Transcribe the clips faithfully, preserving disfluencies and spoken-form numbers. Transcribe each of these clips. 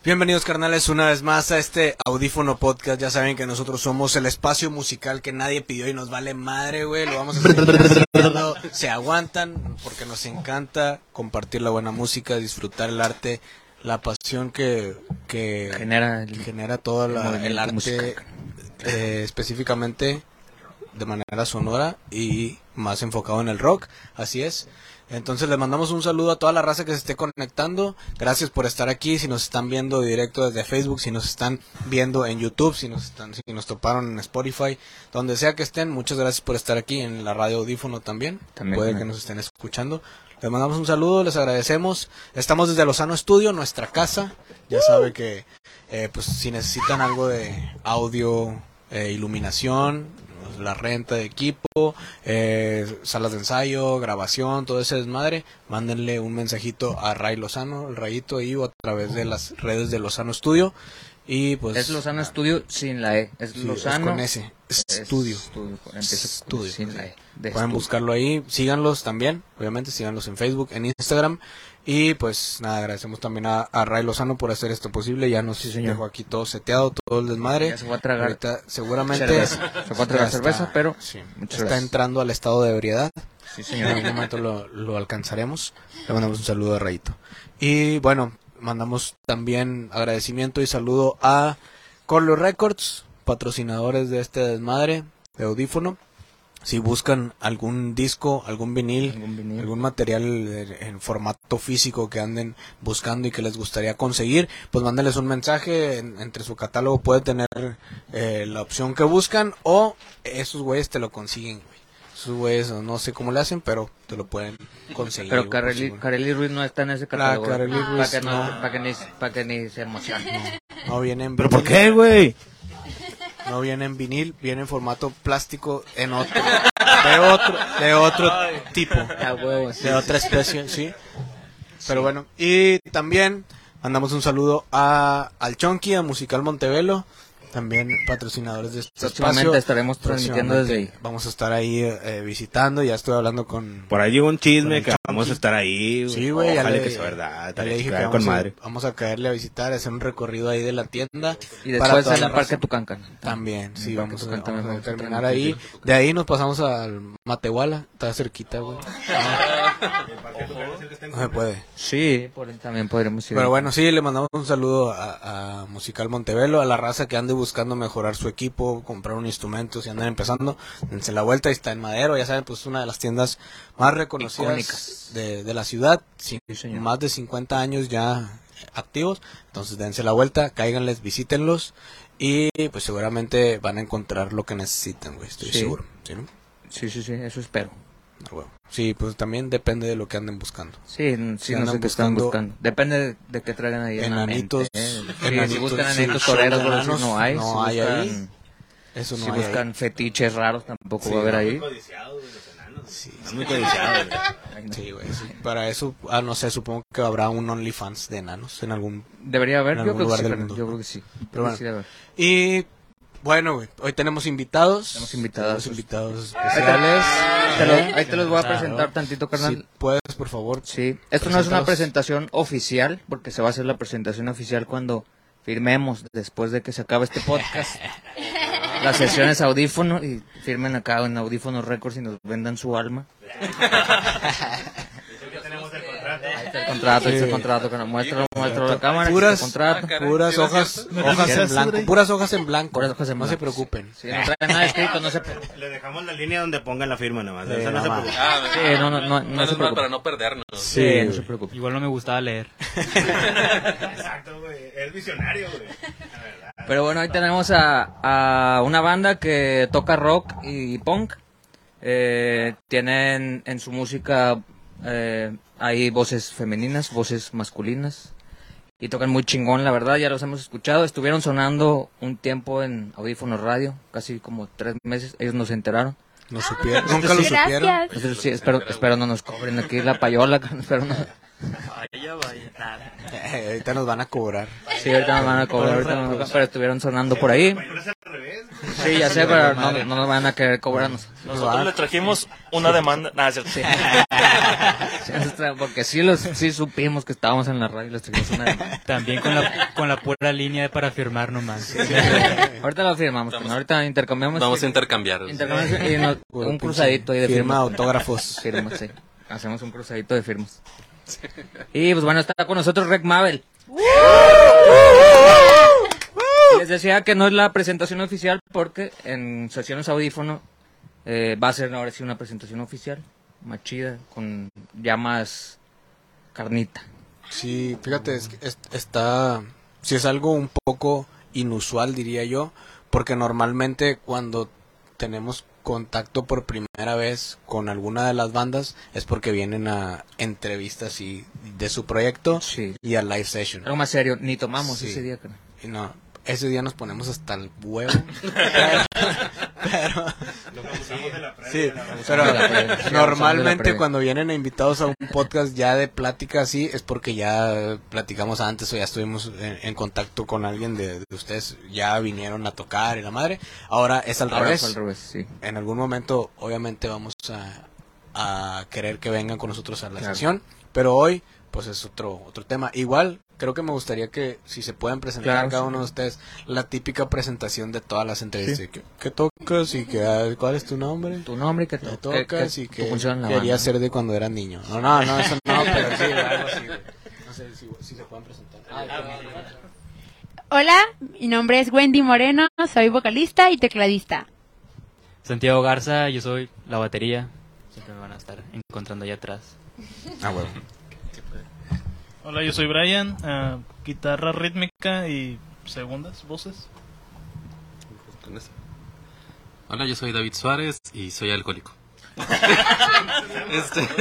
Bienvenidos, carnales, una vez más a este Audífono Podcast. Ya saben que nosotros somos el espacio musical que nadie pidió y nos vale madre, güey. Lo vamos a seguir haciendo. Se aguantan porque nos encanta compartir la buena música, disfrutar el arte, la pasión que, que genera, el, genera todo la, el arte, eh, específicamente de manera sonora y más enfocado en el rock. Así es. Entonces les mandamos un saludo a toda la raza que se esté conectando. Gracias por estar aquí. Si nos están viendo directo desde Facebook, si nos están viendo en YouTube, si nos están, si nos toparon en Spotify, donde sea que estén, muchas gracias por estar aquí en la radio Audífono también. también Puede que nos estén escuchando. Les mandamos un saludo, les agradecemos. Estamos desde Lozano Studio, nuestra casa. Ya uh. sabe que eh, pues si necesitan algo de audio, eh, iluminación, la renta de equipo, eh, salas de ensayo, grabación, todo ese desmadre, mándenle un mensajito a Ray Lozano, el Rayito ahí, o a través de las redes de Lozano Studio. Y pues es Lozano Studio sin la E, es sí, Lozano es con S, Studio. Estudio, Studio. Sin la E. Pueden estudio. buscarlo ahí, síganlos también, obviamente, síganlos en Facebook, en Instagram. Y pues nada, agradecemos también a, a Ray Lozano por hacer esto posible. Ya nos sí, dejó aquí todo seteado, todo el desmadre. Ya se va a tragar. Ahorita seguramente cerveza. Se va a tragar cerveza, está, pero sí, está gracias. Entrando al estado de ebriedad. Sí, señor. En algún momento lo, lo alcanzaremos. Le mandamos un saludo a Rayito. Y bueno, mandamos también agradecimiento y saludo a Corleo Records, patrocinadores de este desmadre de Audífono. Si buscan algún disco, algún vinil, algún, vinil. algún material en formato físico que anden buscando y que les gustaría conseguir, pues mándenles un mensaje. En, entre su catálogo puede tener eh, la opción que buscan, o esos güeyes te lo consiguen, güey. Esos güeyes no sé cómo le hacen, pero te lo pueden conseguir. Pero Carely, Carely Ruiz no está en ese catálogo. La Carely Ruiz, para que, no, no. para que, ni, para que ni se emocione. No, no viene en ¿Pero por qué, güey? No viene en vinil, viene en formato plástico, en otro, de otro, de otro tipo, de otra especie, sí. Pero bueno, y también mandamos un saludo a al Chonky, a Musical Montevelo, también patrocinadores de este Próximamente espacio. estaremos transmitiendo desde ahí. Vamos a estar ahí eh, visitando, ya estoy hablando con... Por ahí llegó un chisme que vamos a estar ahí. Sí, güey, ya le, que sea verdad. Ya le dije que vamos, con a, madre. vamos a caerle a visitar, hacer un recorrido ahí de la tienda. Y después en el Parque Tucancan. También, sí, vamos, a, vamos a terminar ahí. De ahí nos pasamos al Matehuala, está cerquita, güey. No se puede. Sí, por ahí también podremos ir. Pero bueno, sí, le mandamos un saludo a, a Musical Montevelo, a la raza que ande buscando mejorar su equipo, comprar un instrumento, si andan empezando, dense la vuelta, y está en Madero, ya saben, pues una de las tiendas más reconocidas de, de la ciudad, sí, más de cincuenta años ya activos. Entonces dense la vuelta, cáiganles, visítenlos, y pues seguramente van a encontrar lo que necesitan, güey, estoy sí. seguro. ¿Sí, no? sí, sí, sí, eso espero. Ah, bueno. Sí, pues también depende de lo que anden buscando. Sí, sí, si no sé qué están buscando. Depende de, de qué traigan ahí. Enanitos. En la mente, ¿eh? enanitos sí, si buscan enanitos sí, toreros, enanos, no hay. No si hay buscan, ahí. Eso no si hay buscan ahí. fetiches raros, tampoco sí, va a haber no, ahí. Muy codiciados, güey, los enanos. Sí, están muy codiciados, güey. Sí, güey. Sí. Para eso, ah, no sé, supongo que habrá un OnlyFans de enanos en algún Debería haber, en yo, algún creo lugar sí, del mundo. yo creo que sí. Pero bueno. Sí debe haber. Y bueno, güey, hoy tenemos invitados. Tenemos invitados. Tenemos invitados especiales. Te lo, ahí te los voy a presentar claro. tantito, carnal. Si puedes, por favor. Sí. Esto no es una presentación oficial, porque se va a hacer la presentación oficial cuando firmemos, después de que se acabe este podcast. Las sesiones Audífono, y firmen acá en Audífono Records y nos vendan su alma. Ahí está el contrato, ahí está el contrato, que nos muestra, muestra la cámara. Puras, contrato. puras hojas, hojas en blanco, puras hojas en blanco. Puras hojas en blanco. No se preocupen. Sí, no trae nada escrito, no se preocupen. Le dejamos la línea donde pongan la firma nomás. Sí, eso no se preocupe. Ah, sí, no, no, no, no se preocupe. Para no perdernos. Sí, sí, no se preocupe. Igual no me gustaba leer. Exacto, güey. Es visionario, güey. Pero bueno, hoy tenemos a, a una banda que toca rock y punk. Eh, tienen en su música eh, hay voces femeninas, voces masculinas, y tocan muy chingón, la verdad. Ya los hemos escuchado. Estuvieron sonando un tiempo en Audífono Radio, casi como tres meses. Ellos nos enteraron. No supieron, nunca lo supieron. Entonces, sí, espero, espero no nos cobren aquí la payola. Espero no. Vaya, vaya. Eh, ahorita nos van a cobrar. Sí, ahorita nos van a cobrar, ahorita nos van a cobrar, pero estuvieron sonando por ahí. Sí, ya sé, pero no, no nos van a querer cobrarnos. Nosotros le trajimos una demanda. Nada, es cierto. Porque sí, los, sí supimos que estábamos en la radio y les trajimos una demanda. También con la, con la pura línea para firmar nomás. Ahorita lo firmamos, pero ahorita intercambiamos. Vamos a intercambiar. intercambiamos y nos- un cruzadito ahí de Firma, firmas. autógrafos. Firmas, sí. Hacemos un cruzadito de firmas. Y pues bueno, está con nosotros Rec Mabel. Les decía que no es la presentación oficial porque en sesiones audífono eh, va a ser ahora sí una presentación oficial, más chida, con ya más carnita. Sí, fíjate, es, es- está, sí es algo un poco inusual, diría yo, porque normalmente cuando tenemos contacto por primera vez con alguna de las bandas es porque vienen a entrevistas y de su proyecto Sí. y a live session. Algo más serio, ni tomamos Sí. ese día, cara. Y no, ese día nos ponemos hasta el huevo. pero, pero- Lo que usamos de la previa. sí, de la- pero de la previa, sí, de la normalmente previa. cuando vienen invitados a un podcast ya de plática así es porque ya platicamos antes o ya estuvimos en, en contacto con alguien de, de ustedes, ya vinieron a tocar y la madre. Ahora es al Ahora revés. fue al revés, sí. En algún momento obviamente vamos a, a querer que vengan con nosotros a la Claro. sesión, pero hoy pues es otro otro tema. Igual creo que me gustaría que si se pueden presentar Claro, cada sí. uno de ustedes la típica presentación de todas las entrevistas. ¿Qué, qué tocas y qué, ah, cuál es tu nombre? Tu nombre, que ¿Qué to- tocas que- y tu qué función en la querías banda. ser de cuando eras niño? No, no, no, eso no, pero sí, algo así, güey. No sé si, si se pueden presentar. Hola, mi nombre es Wendy Moreno, soy vocalista y tecladista. Santiago Garza, yo soy la batería. Siempre me van a estar encontrando allá atrás. Ah, bueno. Hola, yo soy Brian, ah, guitarra rítmica y segundas voces. Con eso. Hola, yo soy David Suárez y soy alcohólico. este...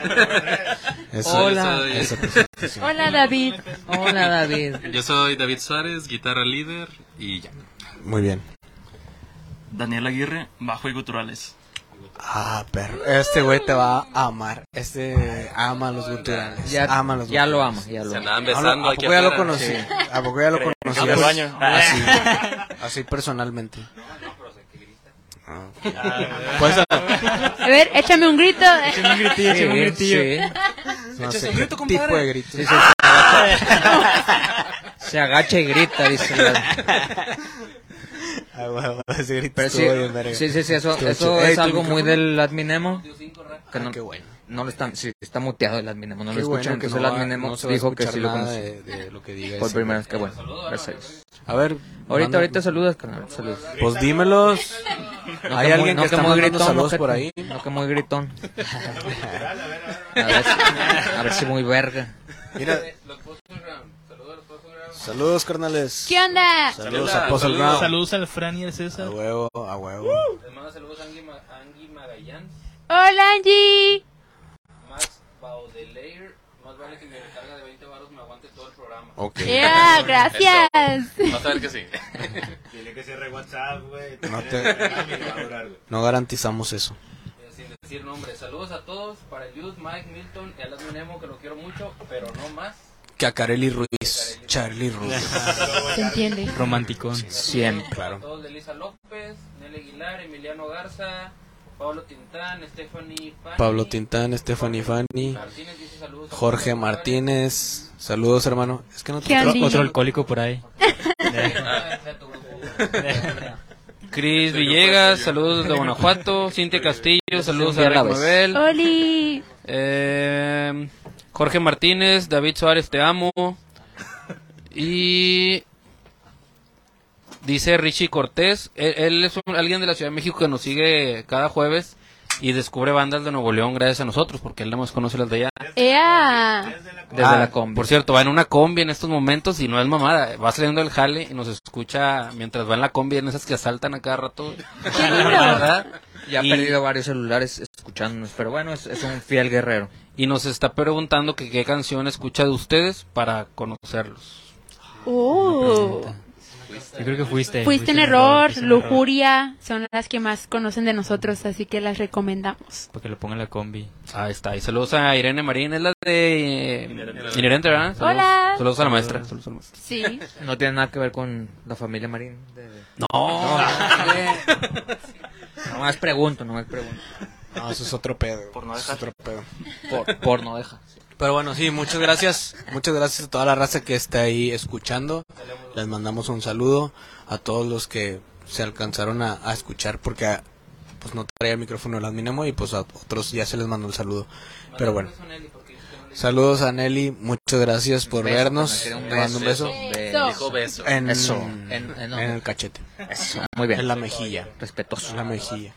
Eso, Hola. Soy- esa presentación. Hola David. Hola, David. Yo soy David Suárez, guitarra líder y ya. Muy bien. Daniel Aguirre, bajo y guturales. Ah, perro. Este güey te va a amar. Este ama los guturales. Ya, ama los ya lo guturales. ama, ya lo Se ama. andaban Ah, besando no, ¿A aquí poco ya lo afuera. conocí? ¿A poco ya lo conocí? en el baño. Así, así personalmente. Ah. Pues, A ver, échame un grito. Échame un gritillo, échame un gritillo. Sí. no sé qué tipo de grito. Sí, sí. Se agacha y grita, dice. Ah, bueno, ese grito Pero sí, estuvo bien verga. sí, sí, sí, eso, Estuvo eso chido. es Ey, ¿tu algo muy micrófono? del adminemo. Que no, Ah, qué bueno. no lo están, sí, está muteado el adminemo, no Qué lo escuchan, bueno que entonces no el va- adminemo no se va a dijo que escuchar sí lo nada conoce. de, de lo que diga Por ese primera güey. vez, que bueno. Gracias. A ver, Ahorita, manda- ahorita saludas, carnal, saludos. Pues dímelos. No Hay que alguien muy- que no está muy mandando gritón, saludos no que- por ahí. No que muy gritón. A ver, si- a ver si muy verga. Mira. Saludos, carnales. ¿Qué onda? Saludos Saluda, a Puzzle saluda. Ground. Saludos al Fran y al A César. huevo, a huevo. Les mando saludos a Angie, Angie Magallán, Hola Angie. Max Baudelaire. Más vale que mi recarga de veinte baros me aguante todo el programa. Ok. Yeah, gracias. Vas a ver que sí. Dile que cierre WhatsApp, güey. No tienes te- programa y le va a durar, güey. No garantizamos eso. Eh, Sin decir nombres. Saludos a todos. Para el Youth, Mike, Milton y al adminemo que lo quiero mucho, pero no más. Que a Kareli Ruiz. Charlie Ruiz. Se entiende. Romanticón. Siempre. Claro. A todos de Elisa López, Nelly Aguilar, Emiliano Garza, Pablo Tintán, Stephanie Fanny. Pablo Tintán, Stephanie Fanny. Martínez dice saludos a Jorge todos. Martínez. Saludos, hermano. Es que no te ¿Qué Otro, onda? otro alcohólico por ahí. Ah, de tu grupo. Cris Villegas, saludos desde Guanajuato. Cintia Castillo, saludos a Ya la Rick ves. Mabel. Oli. Eh, Jorge Martínez, David Suárez, te amo. Y dice Richie Cortés, él, él es un- alguien de la Ciudad de México que nos sigue cada jueves y descubre bandas de Nuevo León gracias a nosotros, porque él nada más conoce las de allá. Ea. Desde Ah, la combi. Por cierto, va en una combi en estos momentos y no es mamada, va saliendo del jale y nos escucha mientras va en la combi, en esas que asaltan a cada rato. Qué lindo. ¿Verdad? Ya ha Y- perdido varios celulares escuchándonos, pero bueno, es, es un fiel guerrero. Y nos está preguntando que qué canción escucha de ustedes para conocerlos. Uh. Yo creo que fuiste. Fuiste en error, fuiste en error. lujuria, son las que más conocen de nosotros, así que las recomendamos. Porque lo ponga en la combi. Ahí está. Y saludos a Irene Marín, es la de eh, Inherente, ¿verdad? Saludos. Hola. Saludos a la maestra. Saludos a la maestra. Sí. No tiene nada que ver con la familia Marín. de- No. No, no más pregunto, no más pregunto. No, eso es otro pedo. Por no eso es dejar. otro pedo. Por, por no deja. Pero bueno, sí, muchas gracias. Muchas gracias a toda la raza que está ahí escuchando. Les mandamos un saludo a todos los que se alcanzaron a, a escuchar porque ah, pues no traía el micrófono el Adminemo y pues a otros ya se les mandó el saludo. Pero bueno. Saludos a Nelly, muchas gracias por Beso, vernos. que me Le quiere un mando un beso. Beso. Dijo beso. En, Eso. en, En- en- no. el cachete. Eso, muy bien. En la mejilla. Respetuoso. En la mejilla.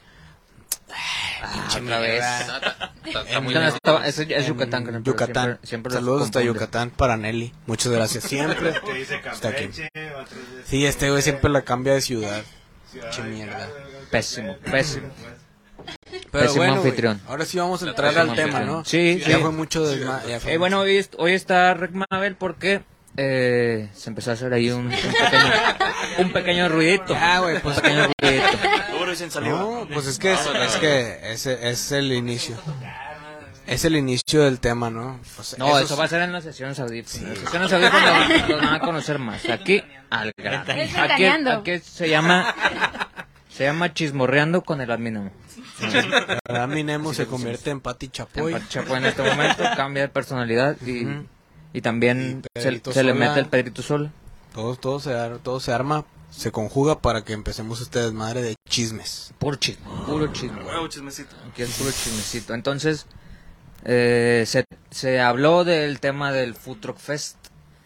Ah, otra vez. Está, está muy No, bien. estaba- es, es Yucatán, En creo, pero Yucatán. Siempre, siempre los Saludos hasta confunde. Yucatán para Nelly. Muchas gracias. Siempre Que dice está aquí. Campeche, otros de Sí, este güey siempre la cambia de ciudad. Ciudad Che mierda. Pésimo, pésimo. Pero Pésimo bueno, güey, anfitrión. ahora sí vamos a entrar Pésimo al tema, anfitrión. ¿no? Sí, Ya sí. fue mucho desma... ya fue Eh, bueno, hoy, est- hoy está Rec Mabel porque eh, se empezó a hacer ahí un, un pequeño, un pequeño ruidito. Ya, güey, pues... Un pequeño ruidito. Duro y sin saliva. No, pues es que es, es que ese es el inicio. Es el inicio del tema, ¿no? Pues No, eso, sí. va a ser en las sesiones audífonas. En las sesiones audífonas los van a conocer más. Aquí, al grano. Aquí, Ventaneando. aquí se llama, se llama chismorreando con el adminamo. Adminemo se convierte en Pati Chapoy. Empate Chapo en este momento cambia de personalidad y, Ujú. y también Y se, Pedrito se le Sola. mete el Pedrito Sola. Todo, todo, se, ar- todo se arma, se conjuga para que empecemos este desmadre de chismes. Puro chisme, puro chisme. Huevo, chismecito. Aquí es puro chismecito. Entonces, eh, se, se habló del tema del Food Truck Fest.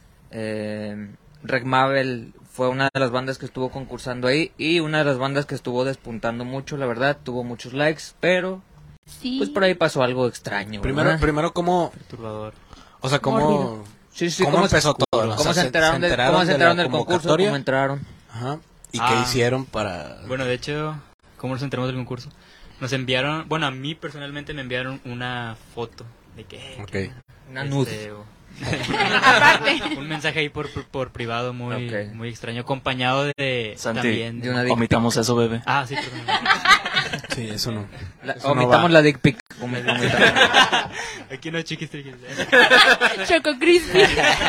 Eh, Rec Mabel fue una de las bandas que estuvo concursando ahí y una de las bandas que estuvo despuntando mucho, la verdad, tuvo muchos likes, pero Sí. pues por ahí pasó algo extraño. Primero, ¿verdad? primero cómo, Perturbador. o sea, cómo, Mórbido. Sí, sí, ¿cómo ¿cómo, empezó se, todo? O ¿Cómo sea, se se- enteraron, se del, enteraron cómo se de enteraron la del concurso? convocatoria. ¿Cómo entraron? ajá, y Ah. qué hicieron para... Bueno, de hecho, ¿cómo nos enteramos del concurso? Nos enviaron, bueno, a mí personalmente me enviaron una foto de que... eh, Ok. que- Una este, nude. o- Aparte. un mensaje ahí por, por, por privado muy, Ok. muy extraño, acompañado de Santi, también... de una dick Omitamos eso, bebé. Ah, sí, perdón. Sí, eso no. La- Eso no omitamos va. la dick pic. Omi- omitamos. Aquí no chiquis triquis. Choco Crispy.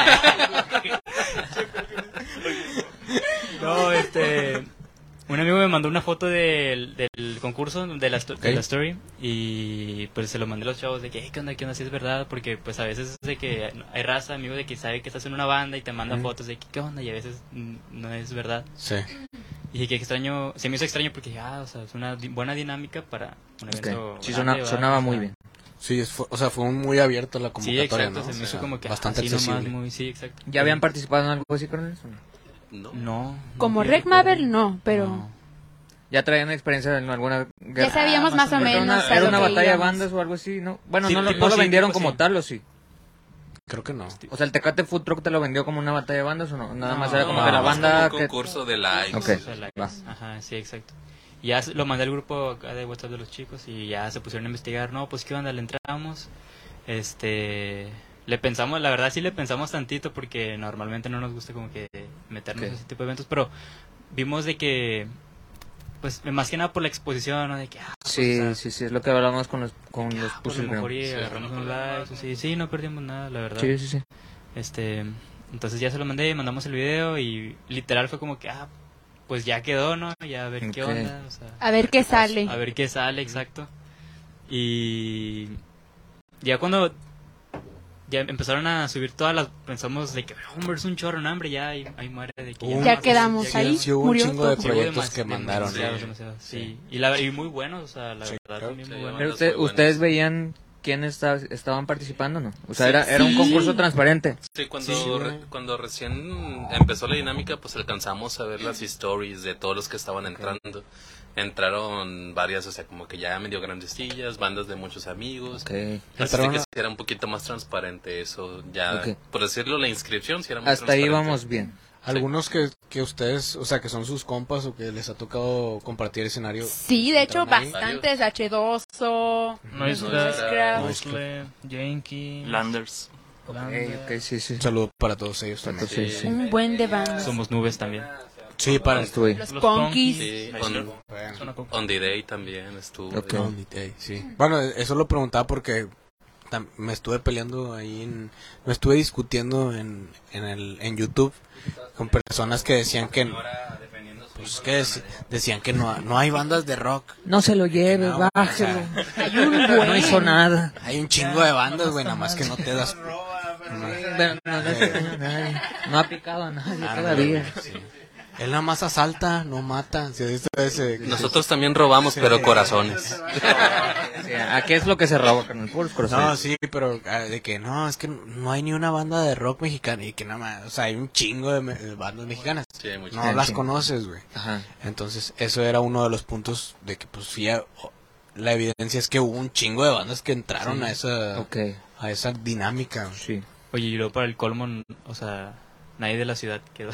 No, este... Un amigo me mandó una foto del, del concurso, de la, sto- de la story, y pues se lo mandé a los chavos de que, "Hey, ¿qué onda, qué onda? Si es verdad", porque pues a veces es de que hay raza, amigo, de que sabe que estás en una banda y te manda Ujú. fotos de que, ¿qué onda? Y a veces mm, no es verdad. Sí. Y dije que extraño, se me hizo extraño porque, ah, o sea, es una di- buena dinámica para un Ok. evento. Sí, grande, sona- ¿verdad? sonaba O sea, muy bien. Sí, es- fue- o sea, fue muy abierto la Sí, convocatoria, exacto, ¿no? se me O hizo sea, como que bastante así nomás, accesible. muy, sí, exacto. ¿Ya habían participado en algo así, Cornelis? o no? No. No. no Como que Rec recuerde. Mabel, no, pero... No. ¿Ya traían experiencia en alguna guerra? Ya sabíamos Ah, más o más o menos. ¿Era a una, era lo una que batalla de íbamos. bandas o algo así? ¿No? Bueno, Sí, no, lo- tipo no lo sí, vendieron tipo como sí. tal, ¿o sí? Creo que no. O sea, ¿el Tecate Food Truck te lo vendió como una batalla de bandas o no? Nada más No, era como no, que la Más como banda... un que... concurso de likes. Ok. O sea, la- va. Ajá, sí, exacto. Y ya se- lo mandé al grupo acá de WhatsApp de los chicos y ya se pusieron a investigar. No, pues qué onda, le entramos. Este. Le pensamos, la verdad sí le pensamos tantito porque normalmente no nos gusta como que meternos Ok. en ese tipo de eventos, pero vimos de que. Pues más que nada por la exposición, ¿no? De que. Ah, pues, Sí, o sea, sí, sí, es lo que hablamos con los, con los pues, a Pussy lo mejor Ground. y agarramos un like, sí, sí, no perdimos nada, la verdad. Sí, sí, sí. Este, entonces ya se lo mandé, mandamos el video y literal fue como que, ah, pues ya quedó, ¿no? Ya a ver qué Ok. onda, o sea, A ver qué sale. a ver qué sale, exacto. Y ya cuando ya empezaron a subir todas las, pensamos de que, hombre, es un chorro, no, hombre, ya ahí, ahí muere de que Un- Ya no, quedamos ya Sí, ahí. sí hubo un murió chingo de todo. Sí, hubo proyectos demas- que mandaron. demasiados, Sí. demasiados, sí. Y, la, y muy buenos, o sea, la Sí, verdad, claro. también Sí, muy bueno. Pero Bandas usted- muy buenas. ustedes veían quiénes esta- estaban participando, ¿no? O sea, Sí. era, era un Sí. concurso transparente. Sí, cuando, Sí, re- güey. cuando recién empezó la dinámica, pues alcanzamos a ver las stories de todos los que estaban entrando. Entraron varias, o sea, como que ya medio grandecillas, bandas de muchos amigos. Ok. Así Entraron que a- sí era un poquito más transparente eso, ya, Ok. por decirlo, la inscripción sí era más Hasta ahí transparente. vamos bien. Algunos que, que ustedes, o sea, que son sus compas o que les ha tocado compartir escenario. Sí, de hecho, ¿Entraron ahí? bastantes. H dos O. Noisecraft, Noisecraft. Mosle, Yankee, Landers. Ok, Lander. ok, sí, sí. Un saludo para todos ellos también. Sí, sí. Un buen de bandas. somos nubes también. Sí, para Estuve. Los Los Punkis. Sí, Maestro. on, Suena cool. on the Day también estuvo. Ok. On the Day, sí. Bueno, eso lo preguntaba porque tam- me estuve peleando ahí en, me estuve discutiendo en, en el en YouTube con personas que decían que pues que dec- decían que no no hay bandas de rock. No se lo lleve, No, o bájelo. sea, Hay un No buen. hizo nada. hay un chingo de bandas, güey, nada más que no te das. Pero no, no, a nadie. No ha picado a nadie Ah, todavía. sí. Él nada más asalta, no mata. ¿Sí has visto ese? Nosotros también robamos, pero corazones. Sí, ¿a qué es lo que se roba con el puros No, corazones? sí, pero ah, de que no, es que no hay ni una banda de rock mexicana y que nada más, o sea, hay un chingo de, me- de bandas mexicanas. Sí, hay muchas. No Sí, las sí. conoces, güey. Ajá. Entonces, eso era uno de los puntos de que, pues, sí, a- la evidencia es que hubo un chingo de bandas que entraron Sí. a esa Ok, a esa dinámica. güey. sí. Oye, y luego para el colmo, o sea, nadie de la ciudad quedó.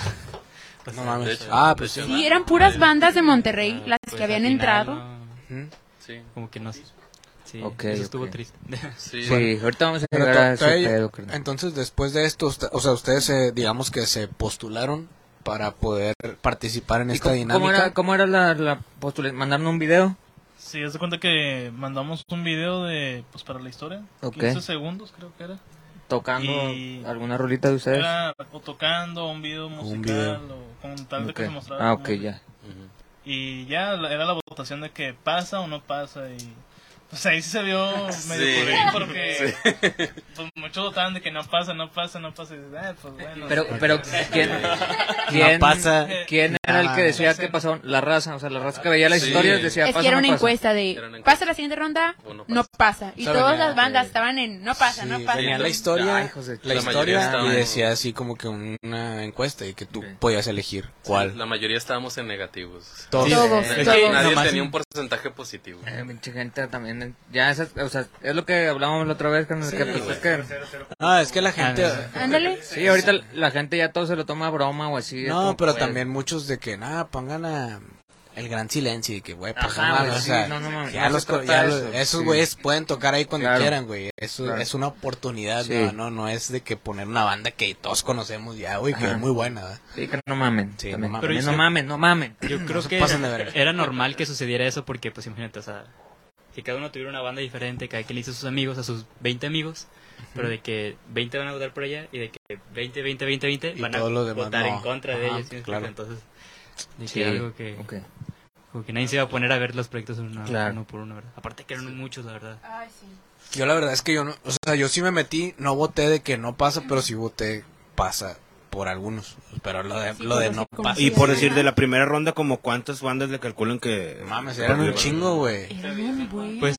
O No sea, mames. de hecho, Ah, pues de sí. hecho, Sí, eran puras bandas de Monterrey ah, las pues, que habían al final, entrado. no, Ujú. Sí, como que no. Sí, Ok, eso estuvo ok. triste. sí. Sí, ahorita vamos a Pero llegar a to- ese todavía- pedo, carnal. entonces, después de esto, usted- o sea, ustedes, eh, digamos que se postularon para poder participar en ¿Y esta cómo, dinámica. cómo era, cómo era la, la postulación? ¿Mandaron un video? Sí, haz de cuenta que mandamos un video de, pues para la historia, Ok. quince segundos creo que era. ¿Tocando Y- alguna rolita de ustedes? Era o tocando un video musical video. o con tal de Ok. que se mostrara. Ah, como- ok, ya. Ujú. Y ya la- era la votación de que pasa o no pasa y pues ahí sí se vio medio Sí. currín porque pues, muchos votaban de que no pasa, no pasa, no pasa y dices, ah, pues bueno. Pero, sí. pero, ¿quién, quién, pasa. ¿quién era el que decía sí. que pasó? La raza, o sea, la raza que veía las Sí. historias decía, Es pasa que era o una no pasa. encuesta de Era una encuesta. pasa la siguiente ronda, O no no pasa. Y Saben, todas ya, las bandas que- estaban en no pasa, Sí, no pasa. venía la Sí. historia, Ay, hijos de- la La mayoría historia estaban- y decía así como que una encuesta y que tú Ok. podías elegir cuál. La mayoría estábamos en negativos. Todos. Todos, Nadie- todos. Nadie Nomás- tenía un porcentaje positivo. Eh, mucha gente también, eh, ya esas, o sea, es lo que hablábamos la otra vez, con que, pues, es que, Ah, es que la gente... Ándale. sí, ahorita la gente ya todo se lo toma a broma o así. es No, como, pero pues, también muchos de que, nada, pongan a El Gran Silencio y que, güey, pues, Ajá, no mames, güey, o sí, sea, no, no mames, ya no los se co- trata ya de los- eso, esos sí. güeyes pueden tocar ahí cuando Claro. quieran, güey. Eso Claro. es una oportunidad, Sí. no, no, no es de que poner una banda que todos conocemos ya, güey, que Ajá. es muy buena, ¿verdad? Sí, que no mamen. Sí, también. no mamen. También Pero no yo- mamen, no mamen. Yo creo se que pasen de verga. era normal que sucediera eso porque, pues imagínate, o sea, que cada uno tuviera una banda diferente, cada quien le hizo a sus amigos, a sus veinte amigos, pero de que veinte van a votar por ella y de que veinte, veinte, veinte, veinte Y van a todos los demás votar no. en contra de Ajá, ellos. ¿Sí me explico? claro. Entonces, de que Sí, algo que, ok. como que nadie se iba a poner a ver los proyectos uno, Claro. uno por uno, ¿verdad? Aparte que eran muchos, la verdad. Ay, sí. Yo la verdad es que yo no, o sea, yo sí me metí, no voté de que no pasa, pero sí voté pasa por algunos, pero lo de, Sí, lo de por no así como pasa. Y por decir, de la primera ronda, como cuántas bandas le calculan que... Mames, eran un chingo, güey. Eran un buen. Pues,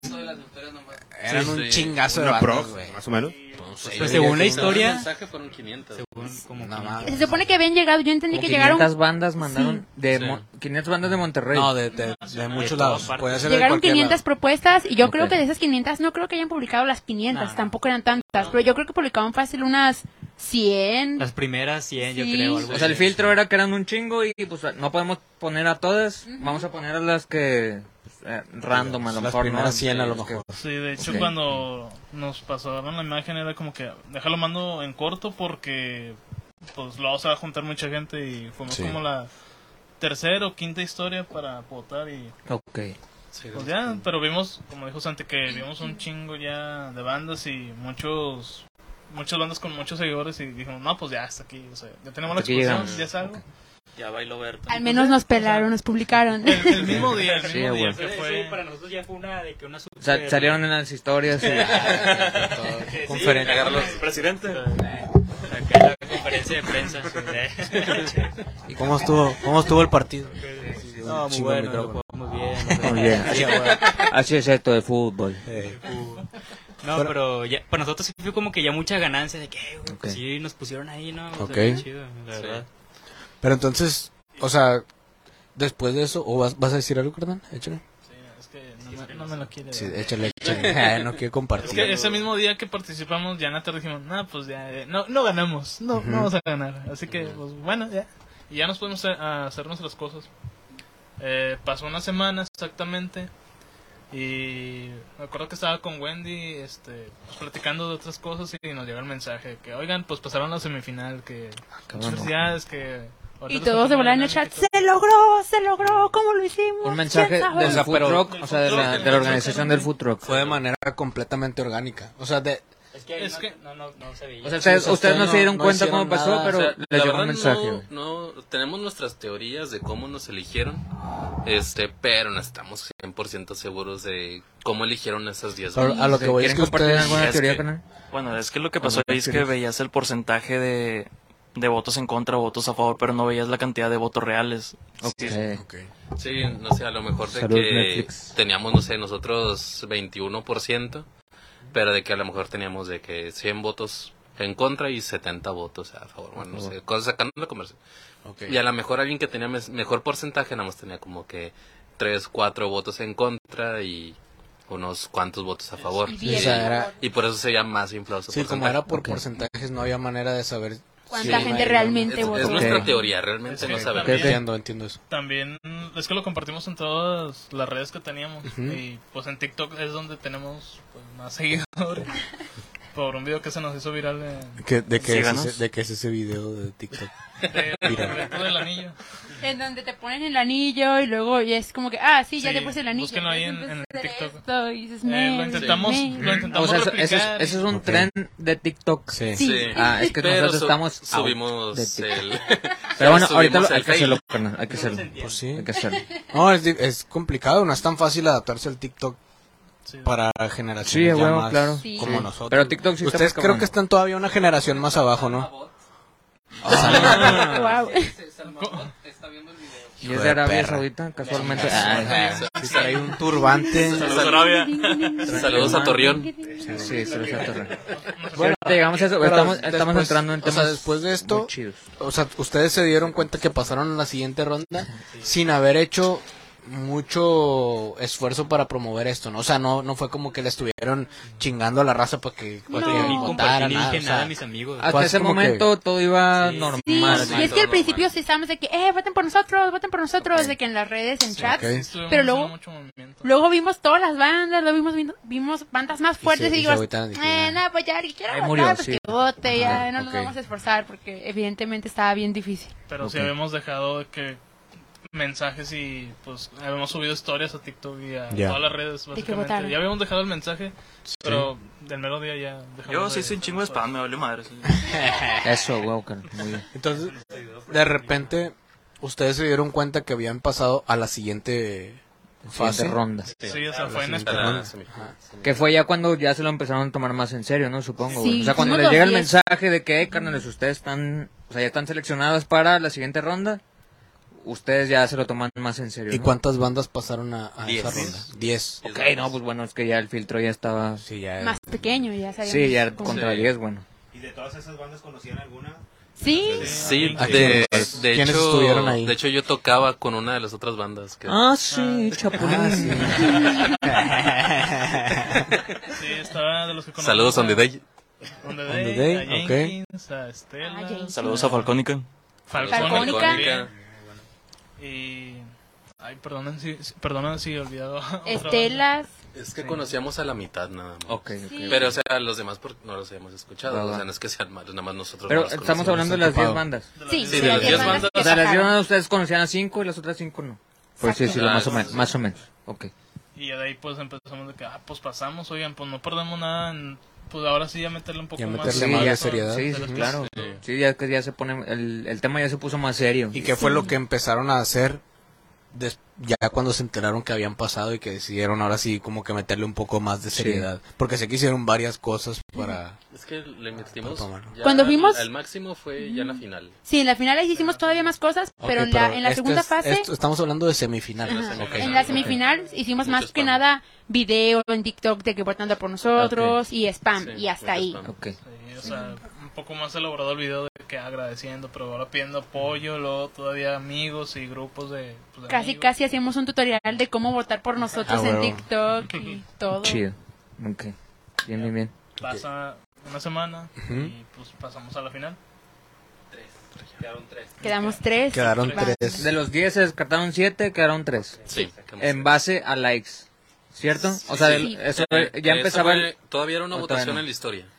Eran Sí, un sí. chingazo de Una bandas, pro, güey. más o menos. No sé, Pues yo según diría la que- historia- El mensaje fueron quinientos. según como No que- mames. Se supone que habían llegado, yo entendí Como que quinientas llegaron bandas mandaron de Sí. Mon- quinientas bandas de Monterrey. No, de, de, de muchos todas lados. partes. Puede ser de llegaron cualquier quinientas lado. propuestas y yo Ok. creo que de esas quinientas no creo que hayan publicado las quinientas, No, no. tampoco eran tantas, pero yo creo que publicaban fácil unas cien. Las primeras cien, yo Sí. creo. Algo O sea, el así. filtro era que eran un chingo y pues no podemos poner a todas. Vamos a poner a las que pues, eh, random a lo Las mejor. primeras ¿no? cien a lo Que- mejor. Sí, de hecho Ok. cuando nos pasaron la imagen era como que déjalo mando en corto porque pues luego se va a juntar mucha gente y fuimos Sí. como la tercera o quinta historia para votar y Ok. Sí, pues ya, pero vimos, como dijo Santi, que vimos un chingo ya de bandas y muchos muchas bandas con muchos seguidores y dijimos, no, pues ya hasta aquí, o sea, ya tenemos la Hasta aquí exposición, llegamos. ya es algo. Ya bailó Berta. Al menos nos pelaron, nos publicaron. El, el mismo día, el mismo Sí, día güey. que Eso fue... para nosotros ya fue una de que una Sa- super... salieron en las historias. y- Conferencia. Agarrarlos. Presidente. Acá la conferencia de prensa. ¿Y cómo estuvo, cómo estuvo el partido? No, muy Chingo el bueno, lo micrófono. jugamos bien. Muy bien. Así, así es esto de fútbol. Eh, No, pero ya, para nosotros sí fue como que ya mucha ganancia de que, eh, güey, pues Ok. sí nos pusieron ahí, ¿no? O sea, Ok. bien chido, la Sí. verdad. Pero entonces, o sea, después de eso, ¿o vas, vas a decir algo, carnal? Échale. Sí, es que no me, no me lo quiere. Sí, échale, échale. no quiero Es compartir. que ese mismo día que participamos, ya en la tarde dijimos, no, pues ya, eh, no, no ganamos, no, no vamos a ganar. Así que, pues bueno, ya. Y ya nos podemos hacer, a hacer nuestras cosas. Eh, pasó una semana exactamente. Y me acuerdo que estaba con Wendy, este, pues, platicando de otras cosas y nos llegó el mensaje que, oigan, pues pasaron la semifinal, que muchas cabrón. felicidades, que Ahorita Y les todos de compartimos volar en la el chat, dinámica y se logró, se logró, ¿cómo lo hicimos? Un mensaje ¿Quién sabe? del sea, food pero- truck, o sea, de la, de la organización del food truck. Fue de manera completamente orgánica. O sea, de, Es que, Es no, que- no, no, no se veía. O sea, Sí, ustedes, o sea, ustedes no ustedes se dieron no- no cuenta hicieron cómo pasó, nada. pero O sea, les la llegó un verdad mensaje. no, güey. no tenemos nuestras teorías de cómo nos eligieron, este, pero no estamos cien por ciento seguros de cómo eligieron esas diez a, a lo que voy es ¿Quieren que compartir ustedes... alguna es teoría, que- canal? Bueno, es que lo que pasó Bueno, ahí es que ¿quieres? veías el porcentaje de, de votos en contra, votos a favor, pero no veías la cantidad de votos reales. Ok. Ok. Sí, no sé, a lo mejor de Salud, que Netflix. teníamos, no sé, nosotros veintiuno por ciento, pero de que a lo mejor teníamos de que cien votos en contra y setenta votos a favor. Bueno, no sé, cosas sacando la conversación. Ok. Y a lo mejor alguien que tenía mes- mejor porcentaje, nada más tenía como que tres, cuatro votos en contra y unos cuantos votos a favor. Y Sí, o sea, era- Y por eso se llama más inflado su Sí, como porcentaje. era por Ok. porcentajes, no había manera de saber ¿Cuánta Sí, gente no, realmente Es, votó? es nuestra Ok. teoría, realmente no Ok. sabemos. Ok, ok. Entiendo, entiendo eso. También es que lo compartimos en todas las redes que teníamos. Ujú. Y pues en TikTok es donde tenemos pues, más seguidores. Por un video que se nos hizo viral de, ¿Qué- ¿De qué es Síganos. ese, de qué es ese video de TikTok? de, del Mira. reto del anillo. En donde te ponen el anillo y luego y es como que, ah, sí, ya Sí, te puse el anillo. búsquenlo ahí entonces en- en empiezas a hacer TikTok. esto y dices, Eh, "Mel, lo intentamos, Mel". lo O intentamos sea, eso, eso es, replicar. eso es un Ok. tren de TikTok. Sí. Sí. Sí. Ah, es que Pero nosotros su- estamos out subimos de TikTok. el... Pero bueno, ahorita subimos lo- hay el que hacerlo, fail. carnal, hay que hacerlo. Pues sí. Hay que hacerlo. No, es, di- es complicado, no es tan fácil adaptarse al TikTok Sí. para Sí, generaciones a ya huevo, más claro. Sí. como Sí. nosotros. Pero TikTok sí está Ustedes muy creo cabrón. que están todavía una generación más abajo, ¿no? Wow. Y Hijo es de de Arabia perra. Saudita, casualmente. Ah, Sí, trae un turbante. Saludos, Arabia. Saludos a Torreón. sí, se los atorra. Bueno, llegamos a eso, Pero estamos, después- estamos entrando en o sea, temas después de esto, muy chidos. O sea, ustedes se dieron cuenta que pasaron a la siguiente ronda sin haber hecho mucho esfuerzo para promover esto, ¿no? O sea, no, no fue como que le estuvieron chingando a la raza para que, para que No. Ni votara, compartí ni nada, dije o nada sea, a mis amigos. Hasta Fue ese como que- momento todo iba Sí, normal. Sí, así. y es que al principio sí estábamos de que, eh, voten por nosotros, voten por nosotros, de que en las redes, en chats. ok. Estuvimos Pero haciendo luego- mucho movimiento. Luego vimos todas las bandas, luego vimos, vimos, vimos bandas más fuertes se- y, y digo, se agüitaron, dije, eh, ya. nada, pues ya, el que quiera Ahí votar, murió, pues sí. que vote, ya, Ajá, no nos ok. vamos a esforzar porque evidentemente estaba bien difícil. Pero sí Ok. habíamos dejado de que mensajes y pues habíamos subido historias a TikTok y a Ya. todas las redes que básicamente. votaron. Ya habíamos dejado el mensaje, pero del mero día ya dejamos Yo de- sí hice un chingo de spam, me valió madre. sí. Eso, wow, carnal, muy bien. Entonces, de repente, ustedes se dieron cuenta que habían pasado a la siguiente fase. Siguiente ronda. Sí, o sea, fue A inesperado. la semifinal. Que fue ya cuando ya se lo empezaron a tomar más en serio, ¿no? Supongo. Sí, güey. O sea, cuando hicimos les los llega el diez. mensaje de que, "Hey, carnales, ustedes están, o sea, ya están seleccionados para la siguiente ronda, ustedes ya se lo toman más en serio, ¿Y ¿no? cuántas bandas pasaron a, a Diez. esa ronda? Diez. Ok, no, pues bueno, es que ya el filtro ya estaba... Sí, ya. Más pequeño, ya sabíamos. Sí, ya cómo- contra Sí. diez, bueno. ¿Y de todas esas bandas conocían alguna? Sí, Sí, Ah, de, ¿quiénes de ¿quiénes hecho, estuvieron ahí? de hecho yo tocaba con una de las otras bandas. Que... Ah, sí, Chapulín. Sí, estaba de los que conocimos. Saludos on the day. On the On the Day, Day, a ok. Jenkins, a Estela, Ah, Jenkins. Saludos a Falcónica. Falcónica. Falcónica. Y... Ay, perdonen si, perdonen si he olvidado. otra banda. Estelas. Es que conocíamos a la mitad nada más. Ok, ok. Sí. Pero, o sea, los demás por- no los habíamos escuchado. Va, O va. sea, no es que sean malos, nada más nosotros. Pero no los estamos conocemos. hablando de las diez bandas. Sí, Sí, de las diez bandas. que O sea, las diez pasaron. bandas ustedes conocían a cinco y las otras cinco no. Pues sí, sí, lo Ah, más o sí, menos, sí. más o menos. Ok. Y de ahí pues empezamos de que, ah, pues pasamos, oigan, pues no perdemos nada, en- pues ahora sí ya meterle un poco Ya más. meterle Sí, más ya- de seriedad. Sí, sí, las claro. Sí. Sí, ya que ya se pone, el, el tema ya se puso más serio. ¿Y qué fue lo que empezaron a hacer des- ya cuando se enteraron que habían pasado y que decidieron ahora sí como que meterle un poco más de Sí. seriedad? Porque sé que hicieron varias cosas para... Es que le metimos. Para tomarlo. ya Cuando el- fuimos- El máximo fue ya en la final. Sí, en la final ahí hicimos todavía más cosas, pero, Ok, en la, en la esto segunda es- fase, esto- estamos hablando de semifinal. ajá, Ok. en la Ok. semifinal hicimos Mucho más que spam. nada video en TikTok de que votando por nosotros y spam, Sí, y hasta mucho ahí. spam. Ok. Sí, o sea, un poco más elaborado el video de que agradeciendo, pero ahora pidiendo apoyo, luego todavía amigos y grupos de... pues, de Casi, amigos. casi hacíamos un tutorial de cómo votar por nosotros Ah, en huevo. TikTok y todo. Chido. Ok. Bien, bien, bien. Pasa una semana Ujú. y pues pasamos a la final. Quedamos tres. Quedaron Va. tres. De los diez se descartaron siete, quedaron tres. Sí. En base a likes. ¿Cierto? O sea, Sí. el- eso Eh, ya eso empezaba fue- el... Todavía era una o todavía votación no. en la historia.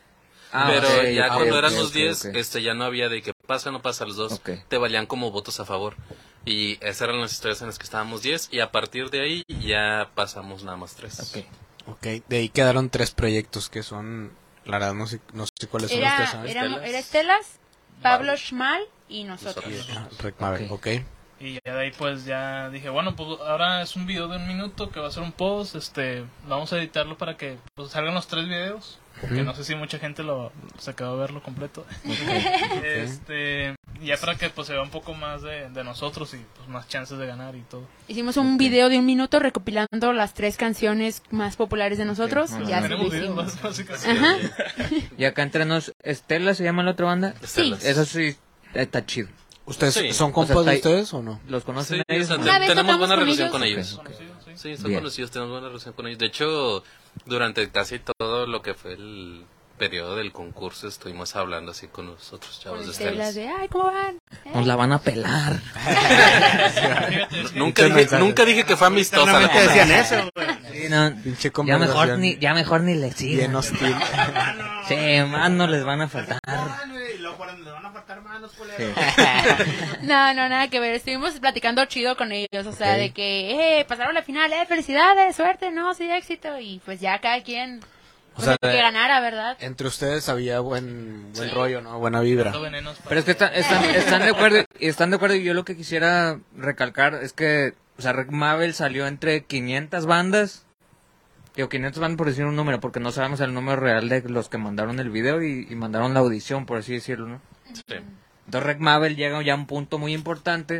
Ah, pero ok, ya ok, cuando ok, eran los ok, diez, ok. este ya no había de que pasa o no pasa los dos, Ok. te valían como votos a favor. Y esas eran las historias en las que estábamos diez, y a partir de ahí ya pasamos nada más tres. Ok. Ok, de ahí quedaron tres proyectos que son, la verdad no sé, no sé cuáles son Era, ustedes saben. era, Estelas. era Estelas, Pablo Schmal y nosotros. Ah, Rick Maverick, Ok. ok. Y ya de ahí pues ya dije, bueno, pues ahora es un video de un minuto que va a ser un post, este, vamos a editarlo para que pues salgan los tres videos, porque Ujú. no sé si mucha gente lo se acabó de verlo completo. Este, ya para que pues se vea un poco más de, de nosotros y pues más chances de ganar y todo. Hicimos un video de un minuto recopilando las tres canciones más populares de nosotros. Ok. Y ya se lo Tenemos videos hicimos. bás- básicamente. Ajá. Y acá entre nos, Estela se llama la otra banda. Estelas. Eso sí, está chido. ¿Ustedes Sí. son O compas sea, está de ahí- ustedes o no? ¿Los Sí, conocen o ellos? sea, ¿no? te- Una vez tenemos tocamos buena con relación ellos. con ellos. Conocido, sí. Sí, son Bien. conocidos, tenemos buena relación con ellos. De hecho, durante casi todo lo que fue el periodo del concurso estuvimos hablando así con los otros chavos de Estelas Estelas. de, ay, ¿cómo van? Nos la van a pelar. Fíjate, es que- Nunca dije, nunca dije que fue amistosa la Solamente decían cosa. eso, güey. Sí, no, Pinche ya mejor conversación ni, ya mejor ni le sigan. bien hostil. Sí, más no les van a faltar. Y luego cuando le van a faltar manos, culeros. No, no, nada que ver. Estuvimos platicando chido con ellos. O sea, Ok. de que, eh, pasaron la final, eh, felicidades, suerte, no, sí, éxito. Y pues ya cada quien, O pues, sea, el que ganara, ¿verdad? entre ustedes había buen, buen rollo, ¿no? Buena vibra. Tanto venenos para- Pero es que están, están, están de acuerdo, y están de acuerdo, y yo lo que quisiera recalcar es que, o sea, Rick Mabel salió entre quinientas bandas, digo quinientas bandas por decir un número, porque no sabemos el número real de los que mandaron el video y, y mandaron la audición, por así decirlo, ¿no? Sí. Entonces Rick Mabel llega ya a un punto muy importante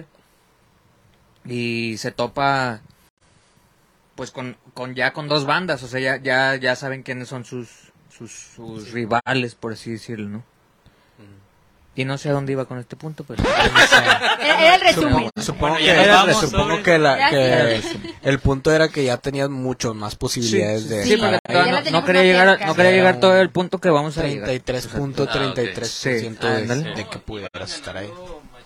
y se topa pues con, con ya con dos bandas, o sea, ya, ya, ya saben quiénes son sus, sus, sus rivales, por así decirlo, ¿no? Y no sé a dónde iba con este punto, pero... Era, era el resumen. Supongo Bueno, que, ya era- vamos, supongo sobre. que, la, Ya, que sí. el punto era que ya tenías mucho más posibilidades de Sí, Sí, porque estar ya ahí. todavía la no, tenemos no quería más llegar, a- cerca. no quería llegar Era todo un el punto que vamos a llegar. treinta y tres punto treinta y tres por ciento Sí, de, ándale. de que pudieras estar ahí.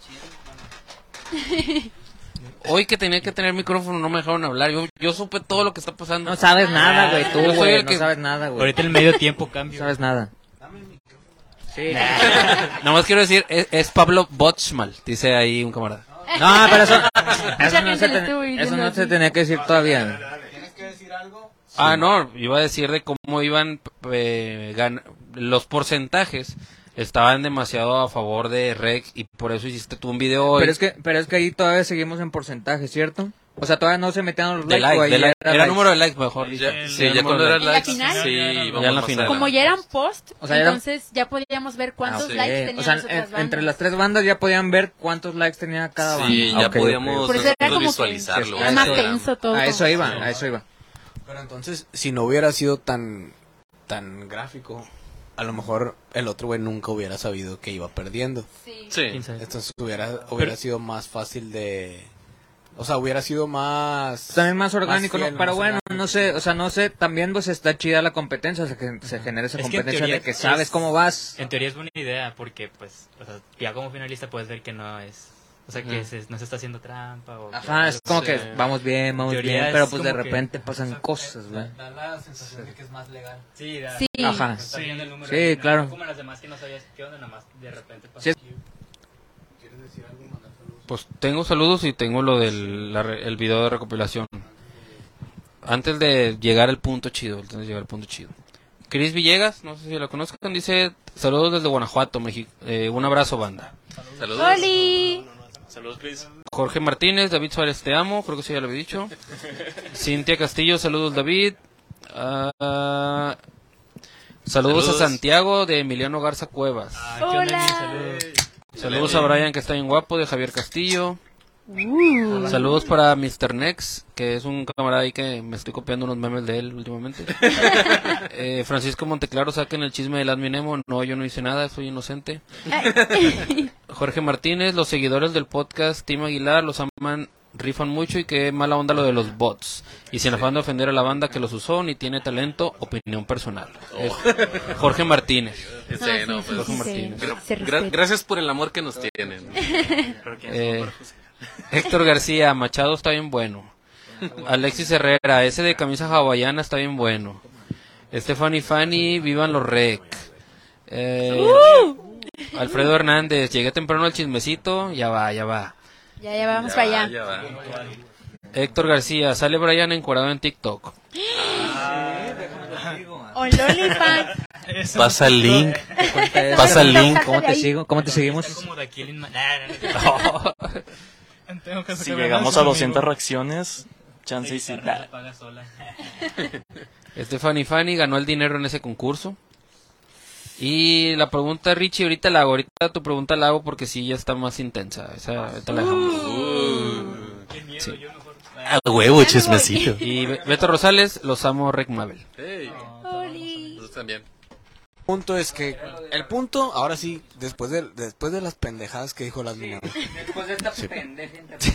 Hoy que tenía que tener micrófono no me dejaron hablar. Yo, yo supe todo lo que está pasando. No sabes nada, güey, Yo tú, soy güey, el no que- sabes nada, güey. Ahorita el medio tiempo No cambio. sabes nada. Sí. Nada más quiero decir, es, es Pablo Botschmal, dice ahí un camarada. No, pero eso, eso, Mucha no, gente se, le ten- estuvo eso diciendo no se así. tenía que decir todavía. Ah, no, iba a decir de cómo iban eh, gan- los porcentajes. Estaban demasiado a favor de Rex y por eso hiciste tú un video hoy. Pero es que, pero es que ahí todavía seguimos en porcentaje, ¿cierto? O sea, todavía no se metían los de likes, like, o ahí de like. era Era likes. número de likes mejor. Ya- El- sí, el ya cuando era ¿En la likes, final? sí, Ya íbamos en la más final. Como adelante. ya eran post, O sea, eran- entonces ya podíamos ver cuántos Ah, ok. likes tenían O sea, las otras en- bandas. entre las tres bandas ya podían ver cuántos likes tenía cada banda. Sí, Ah, ya ok, ok, podíamos ok. Por eso era nosotros como que visualizarlo. era más Eso- tenso todo. A eso iba, a eso iba. Pero entonces, si no hubiera sido tan, tan gráfico, a lo mejor el otro güey nunca hubiera sabido que iba perdiendo. Sí. Sí. ¿Quién sabe? Entonces hubiera, hubiera sido más fácil de... O sea, hubiera sido más... También más orgánico, fiel, ¿no? Pero más bueno, orgánico. no sé, o sea, no sé, también pues está chida la competencia, o sea, que se genera esa Es que en competencia teoría de que es- sabes cómo vas. En teoría es buena idea porque, pues, o sea, ya como finalista puedes ver que no es... O sea, que Ujú. se- no se está haciendo trampa o... Ajá, es como Sí. que vamos bien, vamos Teoría bien, es pero pues de como que- repente pasan cosas, güey. Da la sensación de que es más legal. Sí, da- Sí. Ajá. está viendo el número Sí, original, claro. no como las demás que no sabías qué onda, nada más de repente pasa. Sí, es- Pues tengo saludos y tengo lo del la re- el video de recopilación. Antes de llegar al punto chido, antes de llegar al punto chido. Cris Villegas, no sé si la conozcan, dice saludos desde Guanajuato, México. Eh, un abrazo, banda. Saludos. ¡Oli! Saludos, Chris. Jorge Martínez, David Suárez, te amo, creo que sí ya lo había dicho. Cintia Castillo, saludos David. Ah, saludos, Saludos. a Santiago de Emiliano Garza Cuevas. Ah, ¿qué onda, Hola. mi? Saludos. Saludos a Brian que está bien guapo de Javier Castillo. Uh. Saludos para mister Nex, que es un camarada ahí que me estoy copiando unos memes de él últimamente. eh, Francisco Monteclaro, saquen el chisme del Adminemo. No, yo no hice nada, soy inocente. Jorge Martínez, los seguidores del podcast Team Aguilar los aman, rifan mucho y qué mala onda lo de los bots. Y sin afán de ofender a la banda que los usó, ni tiene talento, opinión personal. Es Jorge Martínez. Sí, No, no, sí, pues, sí, sí, Martínez. se- gra- se gra- respeta. gracias por el amor que nos tienen. Eh, Héctor García, Machado está bien bueno. Alexis Herrera, ese de camisa hawaiana está bien bueno. Stephanie Fanny, vivan los rec. Eh, Alfredo Hernández, llegué temprano al chismecito, ya va, ya va. Ya, ya vamos Ya para va, allá. ya va. Héctor García, sale Brian encuadrado en TikTok. O Lollipop. Pasa el link. Cuenta eso. Pasa el link. ¿Cómo te sigo? ¿Cómo te seguimos? Como de aquí el inma- Nah, no, no. Tengo que Si sacar llegamos ganas, a doscientas amigo. reacciones, chance y sí. Carla la paga sola. Stephanie Fanny ganó el dinero en ese concurso. Y la pregunta, Richie, ahorita la hago. Ahorita tu pregunta la hago porque sí ya está más intensa. Esa ahorita la dejamos. Qué miedo, Sí. yo mejor. A huevo, chismecito. Y Be- Beto Rosales, los amo, Rec Mabel. Hey, Oli. nosotros también. punto es que el punto, ahora sí, después de después de las pendejadas que dijo las niñas. Después de esta Sí. pendeja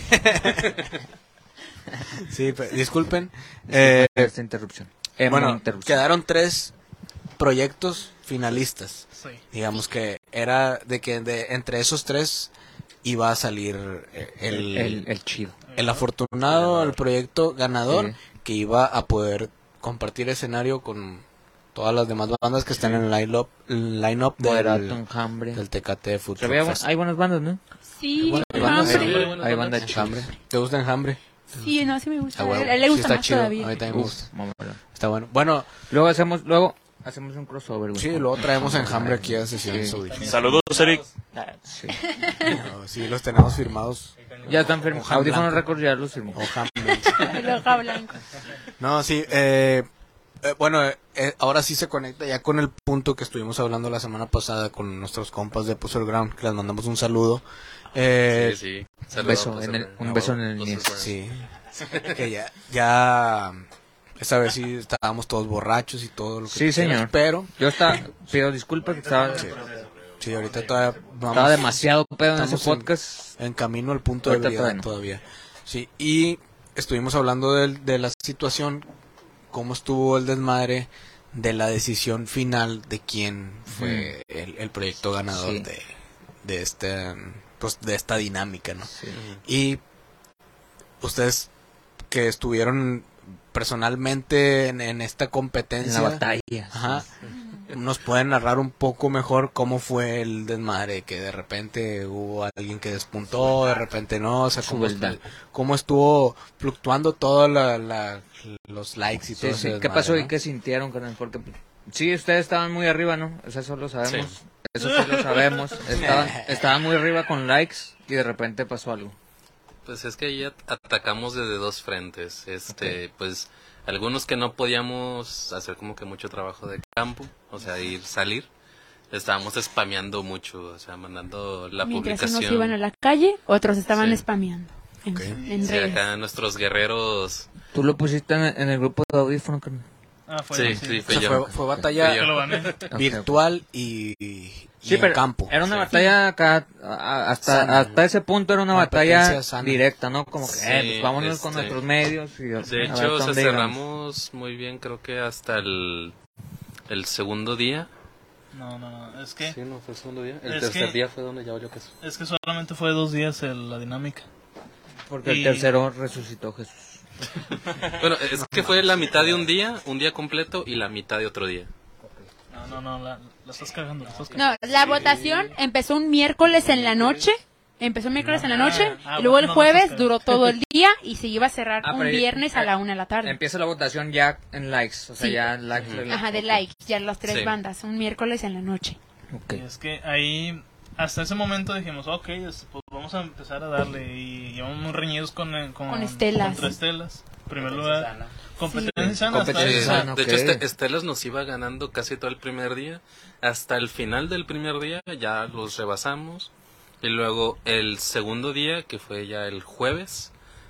Sí, pe- disculpen. Eh, esta interrupción. Eh, bueno, interrupción. quedaron tres proyectos finalistas. Sí. Digamos que era de que de, entre esos tres iba a salir eh, el, el, el chido. el afortunado, el proyecto ganador, Sí. que iba a poder compartir escenario con todas las demás bandas que están en el line-up line Moderato, del, Enjambre. del Tecate Food Pero Truck había- Fest. hay buenas bandas, ¿no? Sí, Hay bandas, Enjambre. sí. Hay bandas chidas. Enjambre. ¿Te gusta Enjambre? Sí, no, sí me gusta. Ah, huevo. A él le Sí, gusta está más chido. todavía. A mí también me Uf, gusta. vamos a ver. Está bueno. Bueno, Luego hacemos, luego hacemos un crossover, güey. sí, luego traemos Enjambre aquí a sesiones Sí. auditivas. Saludos, Eric. Sí. No, sí, los tenemos firmados. Ya están firmados. Hoja Audífonos blanca. Records ya los firmó. Hoja El hoja blanco. No, sí, eh, eh, bueno, eh, eh, ahora sí se conecta ya con el punto que estuvimos hablando la semana pasada con nuestros compas de Puzzle Ground, que les mandamos un saludo. Eh, Sí, sí. Un Saludos, beso, pues, en el, hermano. un beso en el Pues, niés. pues, sí, que ya, ya, esa vez sí estábamos todos borrachos y todo lo que Sí, tú quieras, señor. pero, Yo estaba, pido disculpas que estaba, sí, sí, ahorita todavía vamos, estaba demasiado pedo en ese estamos en- podcast. en camino al punto de Ahorita vida todavía no. todavía. Sí, y estuvimos hablando del- de, la situación, cómo estuvo el desmadre de la decisión final de quién fue el, el proyecto ganador Sí. de, de este pues de esta dinámica, ¿no? Sí. Y ustedes que estuvieron personalmente en, en esta En competencia, la batalla. ajá, nos pueden narrar un poco mejor cómo fue el desmadre, que de repente hubo alguien que despuntó, de repente no, o sea, Su cómo, verdad. estu- cómo estuvo fluctuando todos la, la- los likes y Sí, todo sí. ese ¿Qué desmadre, pasó ¿no? y qué sintieron, carnal? Porque sí, ustedes estaban muy arriba, ¿no? O sea, eso lo sabemos. Sí. Eso sí lo sabemos. Estaban, estaban muy arriba con likes y de repente pasó algo. Pues es que ahí at- atacamos desde dos frentes. Este, pues algunos que no podíamos hacer como que mucho trabajo de campo, o sea, ir salir, estábamos spameando mucho, o sea, mandando la Mientras unos publicación. iban a la calle, otros estaban Sí. spameando en, Ok. en Sí, redes. acá nuestros guerreros. Tú lo pusiste en, en el grupo de audífono, carnal. Ah, fue Sí, sí. sí, O fue sea, yo. fue, fue batalla Fui yo. Yo lo bané. Ok, virtual y, y Sí, en pero campo. era una Sí. batalla acá, a- hasta, Sana. hasta ese punto era una batalla Competencia sana. directa, ¿no? Como que, Sí, eh, pues vámonos este, con nuestros medios y a De ver hecho, hasta o sea, dónde llegamos. cerramos muy bien, creo que hasta el, el segundo día. No, no, no. Es que, Sí, no, fue el segundo día. El Es tercer que- día fue donde ya valió queso. es que solamente fue dos días el- la dinámica. Porque el y- tercero resucitó Jesús. Bueno, es que fue la mitad de un día, un día completo y la mitad de otro día. No, no, no, la, la estás cagando. La estás cagando. No, la votación empezó un miércoles en la noche. Empezó un miércoles en la noche. Ah, y luego el no, no, jueves no, duró todo el día y se iba a cerrar Ah, un pero- viernes a la una de la tarde. Empieza la votación ya en likes, o sea, Sí. ya likes. de- Ajá, de likes, ya las tres Sí. bandas. Un miércoles en la noche. Ok. Y es que ahí, hasta ese momento dijimos, ok, es- pues vamos a empezar a darle. Y llevamos muy reñidos con, eh, con, Con Estelas. Contra Estelas. En primer lugar, competencia sana. hasta Competencia ahí. sana. De ok. hecho, este- Estelas nos iba ganando casi todo el primer día. Hasta el final del primer día ya los rebasamos. Y luego el segundo día, que fue ya el jueves,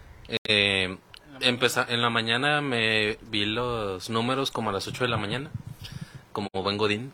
eh, empeza- en la mañana me vi los números como a las ocho de la mañana, como buen Godín.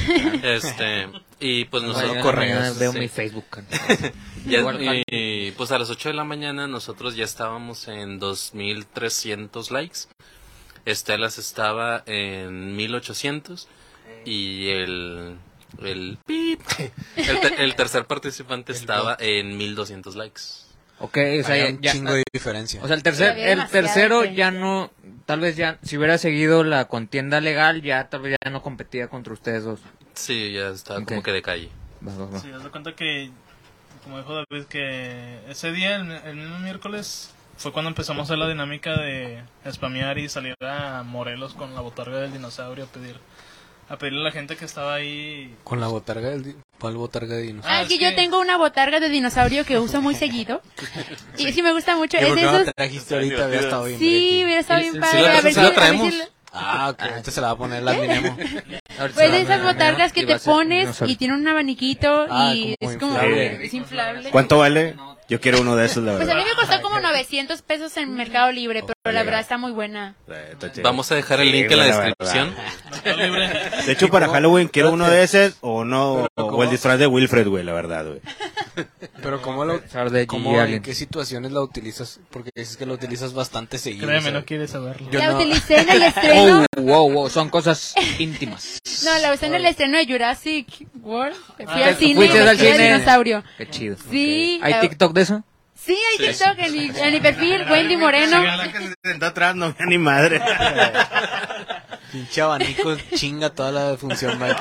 Este, y pues Mañana- nosotros mañana correos, veo sí. mi Facebook. carnal. Ya- Igual, y, pues a las ocho de la mañana nosotros ya estábamos en dos mil trescientos likes. Estelas estaba en mil ochocientos y el el pip, el, te- el tercer participante estaba en mil doscientos likes. Ok, o sea, Hay ya, un ya- chingo de diferencia. o sea, el tercer, Había el demasiada tercero diferencia. ya no, tal vez ya, si hubiera seguido la contienda legal, ya tal vez ya no competía contra ustedes dos. Sí, ya está Ok. como que de calle. Va, va, va. Sí, haz de cuenta que, como dijo David, que ese día, el, el mismo miércoles, fue cuando empezamos a hacer la dinámica de spamear y salir a Morelos con la botarga del dinosaurio a pedir a pedirle a la gente que estaba ahí. Con la botarga del... di- ¿Cuál botarga de dinosaurio? Ah, Ah, es que es yo que- tengo una botarga de dinosaurio que uso muy seguido. Y sí me gusta mucho. ¿Y Es por de qué no la esos... trajiste ahorita? Había estado bien. Sí, Becky. hubiera estado bien Sí, padre. sí la- a ver sí si- la a ver si traemos. la- Ah, ok. Ahorita se la va a poner la Minemo. Pues de esas botargas que Y va te a ser pones dinosaurio. y tiene un abaniquito Ah, y como es como inflable. es inflable. ¿Cuánto vale? Yo quiero uno de esos, la Pues a verdad. mí me costó como novecientos pesos en Mercado Libre, pero la verdad está muy buena. Eh, está chido. Vamos a dejar el Sí, link en la buena descripción. Mercado Libre. De hecho, para Halloween quiero uno de esos o no, o, o el disfraz de Wilfred, güey, la verdad, güey. Pero ¿cómo, lo, Pensar de cómo G. en Allen. qué situaciones la utilizas? Porque dices que la utilizas bastante seguido. Créeme, o sea, no quieres saberlo. yo La no- utilicé en el estreno. Oh, wow, wow, son cosas íntimas. No, la usé en el estreno de Jurassic World. Fui Ah, al cine ¿fuiste al vestida de cine? dinosaurio. Qué chido. Sí. ¿Hay la- TikTok de eso? Sí, hay TikTok en mi, en mi perfil, Wendy Moreno. La que se sentó atrás no vea ni madre. Pinche abanico chinga toda la función, Mike.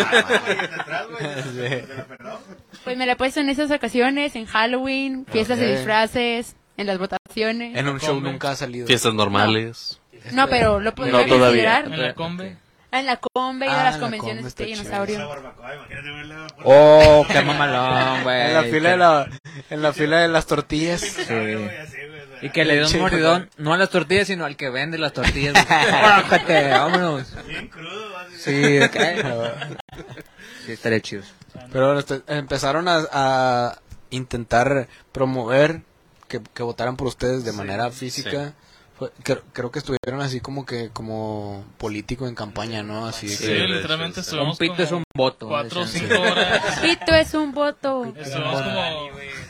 Pues me la he puesto en esas ocasiones, en Halloween, fiestas de Ok. disfraces, en las votaciones. En un show nunca ha salido. Fiestas normales. No, pero lo podría No, todavía. considerar. En la combe. Ah, en la combe, he ido Ah, a las en la convenciones combe está de chido. dinosaurio. Oh, qué mamalón, güey. En la fila de la, en la fila de las tortillas. Sí. Y que le dio un Sí, mordidón, no a las tortillas, sino al que vende las tortillas. Bájate, vámonos. Bien crudo, Sí, ¿de qué? Sí, estaría chido. Pero este, empezaron a, a intentar promover que, que votaran por ustedes de manera física. Fue- creo, creo que estuvieron así como que como político en campaña, ¿no? Así Sí, que literalmente Un estuvimos pito como es un voto. cuatro o decían. cinco horas. Pito es un voto. Estuvimos como,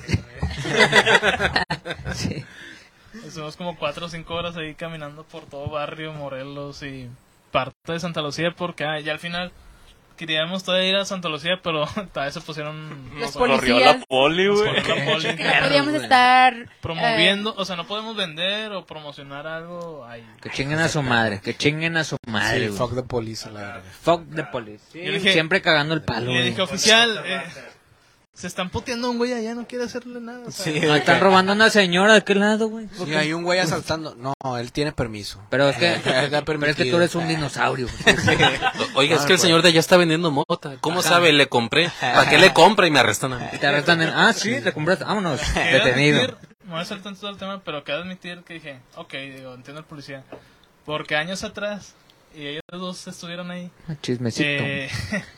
Sí. estuvimos como cuatro o cinco horas ahí caminando por todo barrio Morelos y parte de Santa Lucía porque ah, ya al final queríamos todavía ir a Santa Lucía, pero todavía se pusieron Los Corrió policías. la poli, nos güey. corrió la poli. Que no podíamos estar eh, promoviendo, o sea, no podemos vender o promocionar algo ahí. Que chinguen a su madre, que chinguen a su madre, sí, güey. fuck the police, la verdad. Fuck the police. Sí, Yo dije- siempre cagando el palo, Y le güey. dije, oficial, eh, se están puteando a un güey allá, no quiere hacerle nada. o sea, Sí, Ah, están robando a una señora, ¿de qué lado, güey? ¿Por sí, qué? hay un güey asaltando. No, él tiene permiso. Pero es que, Está pero es que tú eres un dinosaurio. güey. Oiga, es Ah, que el pues. señor de allá está vendiendo mota. ¿Cómo sabe? Le compré. ¿Para qué le compra y me arrestan a mí? Y te arrestan en... Ah, sí, te compraste. Vámonos. quiero Detenido. admitir, me voy a saltar todo el tema, pero quiero admitir que dije, ok, digo, entiendo al policía. Porque años atrás, y ellos dos estuvieron ahí, Chismecito. eh,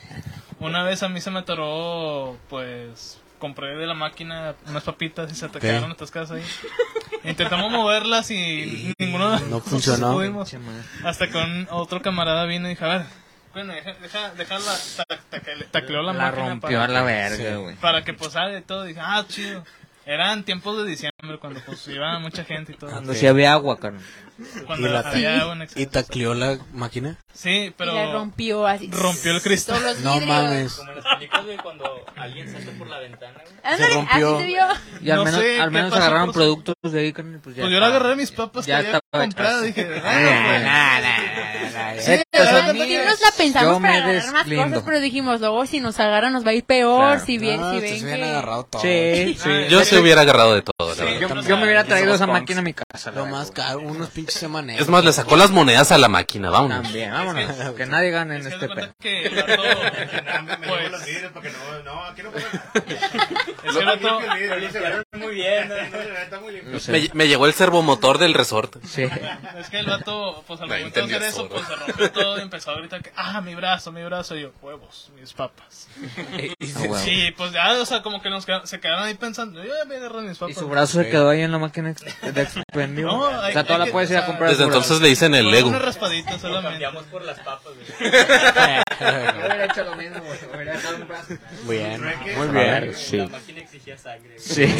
una vez a mí se me atoró, pues, compré de la máquina unas papitas y se te Ok. quedaron atascadas ahí. Intentamos moverlas y ninguno de no nosotros funcionó. pudimos. Hasta que un otro camarada vino y dijo, a ver, bueno, deja, deja, deja la, ta- tacle- tacleó la, La máquina rompió para, a la verga, güey. para que posara y todo. Dije, ah, chido. Eran tiempos de diciembre cuando pues iba mucha gente y todo. Cuando sí había agua, carnal. Cuando Y la- había agua en ¿Y exceso. tacleó la máquina? Sí, pero Y la rompió así. rompió el cristal. Todos los No vidrios. mames. Como en las películas, güey, cuando alguien salta por la ventana, güey. Ándale, rompió. así se vio. Y al No menos, sé al qué menos pasó agarraron por su- productos de ahí, carnal. Pues, ya Pues yo le estaba. agarré mis papas Ya que había estaba comprado. hecho. Dije, ah, Sí, Estas pero son sí mías. nos la pensamos Yo para me agarrar más deslindo. cosas, pero dijimos, luego si nos agarran nos va a ir peor, Claro. si bien, Ah, si ustedes ven hubieran que... agarrado todo. Sí, sí. Yo se hubiera agarrado de todo, la verdad. Yo, yo me hubiera traído esa máquina a mi casa. la Lo verdad, más caro, unos pinches emaneros. Es más, le sacó las monedas a la máquina, güey. vámonos. También, vámonos. Que nadie gane en es que este haz de pedo. cuenta que el vato, pues, porque no, no, aquí no es que el vato, Muy bien, Lo sé. Me, me llegó el servomotor del resorte. Sí. es que el vato, pues al No momento de hacer entendía eso, eso, pues se rompió todo y empezó a gritar que, ah, mi brazo, mi brazo, y yo, huevos, mis papas. Ah, huevo. Sí, pues ya, o sea, como que nos quedaron, se quedaron ahí pensando, yo ya me agarré mis Y papas. su brazo se quedó ahí en la máquina ex- de expendio. No, hay- O sea, toda hay la que- puedes ir a o sea, comprar. Desde a su entonces brazo. le dicen el Fue Lego. una raspadita solamente. Cambiamos por las papas, güey. Yo hubiera hecho lo mismo, güey. Hubiera dejado un brazo. Bien, muy A bien. ver, sí. La máquina exigía sangre, güey. Sí.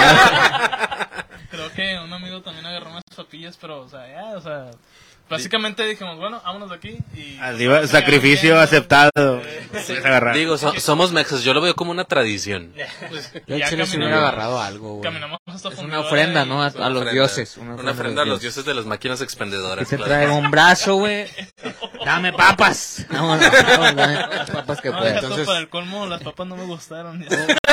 Creo que un amigo también agarró unas papillas, pero, o sea, ya, o sea, básicamente dijimos, bueno, vámonos de aquí y... Así va, sacrificio aceptado. Puedes agarrar. Digo, so- somos mexas, yo lo veo como una tradición. Pues, Yo ya en Chile se caminamos- hubiera agarrado algo, güey. Caminamos hasta Es una Fundidora ofrenda, y- ¿no? A, a los dioses. Una ofrenda a los dioses de las máquinas Que expendedoras. se claro. trae un brazo, güey. Dame papas. No, no, no, dame las papas que No, puedas. deja tú, Entonces- para el colmo, las papas no me gustaron.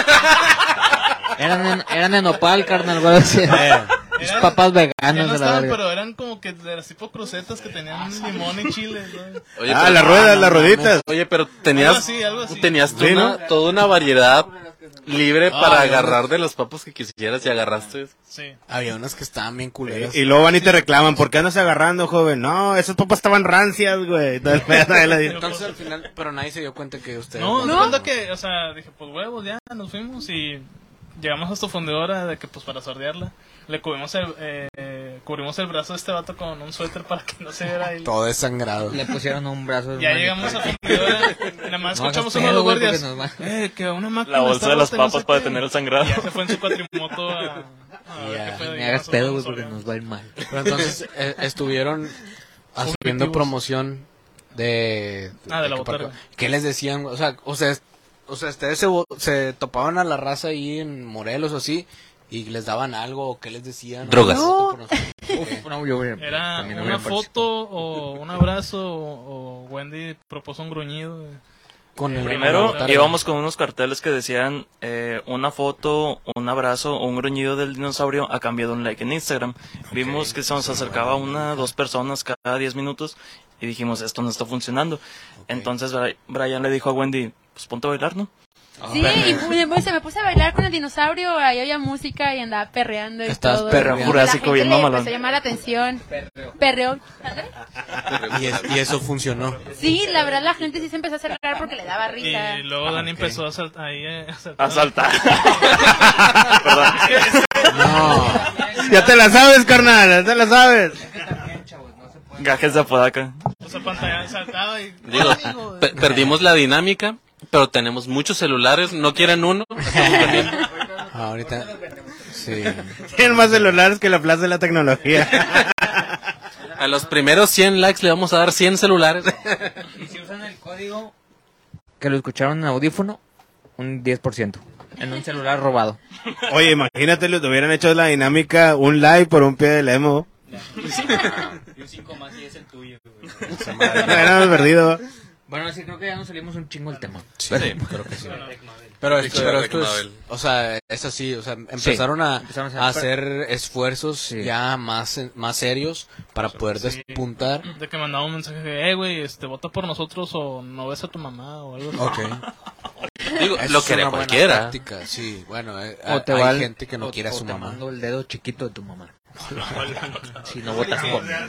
Eran en, eran en nopal, carnal, güey. así. Es Eran- papas Ya veganas no de la estaban, verga. pero eran como que de las tipo crucetas que tenían limón y chile, ¿no? Oye, Ah, pero- las ruedas, las rueditas. Oye, pero Algo tenías, así, algo así. tenías tú Sí, una- ¿no? toda una variedad libre para Ay, agarrar de los papas que quisieras y agarraste. Sí. Había unas que estaban bien culeras. Y luego van y te reclaman, ¿por qué andas agarrando, joven? No, esas papas estaban rancias, güey. Todo el pedo de la- Entonces al final, pero nadie se dio cuenta que ustedes... No, ¿No? de cuenta que, o sea, dije, pues huevos, ya nos fuimos y llegamos a esta fundidora de que, pues para sordearla, le cubrimos el, eh, cubrimos el brazo de este vato con un suéter para que no se viera ahí. Todo desangrado. Le pusieron un brazo. Ya hermano. llegamos a fundidora, nada más No escuchamos hagas uno de los pedo, güey, guardias, porque nos va- eh, que una máquina La bolsa está de las rota y no papas sé para qué. detener el sangrado. Y ya se fue en su cuatrimoto a, a ver Ya, qué pedo. Me y hagas nosotros pedo, güey, nos porque olvidamos. nos va a ir mal. Pero entonces eh, estuvieron haciendo Objetivos. promoción de... Ah, de la que botarga. para- ¿Qué les decían? O sea, o sea, o sea ustedes se, bo- se topaban a la raza ahí en Morelos o así y les daban algo o qué les decían. Drogas. No. Uf, no, yo voy a- Era también no una voy a participar. foto o un abrazo o, o Wendy propuso un gruñido. eh. Con el- Primero con la íbamos con unos carteles que decían eh, una foto, un abrazo o un gruñido del dinosaurio a cambio de un like en Instagram. Vimos que se nos acercaba una, dos personas cada diez minutos y dijimos, esto no está funcionando. Entonces Bri- Brian le dijo a Wendy, pues ponte a bailar, ¿no? Sí, y pu- pues, se me puse a bailar con el dinosaurio, ahí había música y andaba perreando y Estabas todo. perreando. Y la Jurásico, gente bien le mamalón. empezó a llamar la atención. Perreó. Y, es- y eso funcionó. Sí, la verdad la gente sí se empezó a acercar porque le daba risa. Y luego Dani empezó a saltar ahí eh, a saltar. A saltar. No. Ya te la sabes, carnal, ya te la sabes. Gajes de Apodaca. O sea, pantalla saltaba y... Digo, pe- perdimos la dinámica, pero tenemos muchos celulares, ¿no quieren uno? Estamos vendiendo. Ahorita. Sí. Tienen más celulares que la plaza de la tecnología. A los primeros cien likes le vamos a dar cien celulares. Y si usan el código que lo escucharon en audífono, un diez por ciento. En un celular robado. Oye, imagínate, le hubieran hecho la dinámica un like por un pie de lemo. Y un cinco más y es el tuyo, güey. Hubiéramos perdido. Bueno, sí, creo que ya nos salimos un chingo del tema. Sí, creo que sí. Pero, esto, Sí, pero de esto es, Mabel. o sea, es así, o sea, empezaron a, empezaron a a hacer hacer- esfuerzos Sí. ya más, más serios para poder Sí. despuntar. De que mandaba un mensaje de, eh, güey, este, vota por nosotros o no ves a tu mamá o algo así. Ok. Digo, Eso lo es quería una buena cualquiera. práctica, sí, bueno, eh, O te hay va el- gente que no o- quiere a o su te mamá. mando el dedo chiquito de tu mamá. Si no votas por mí.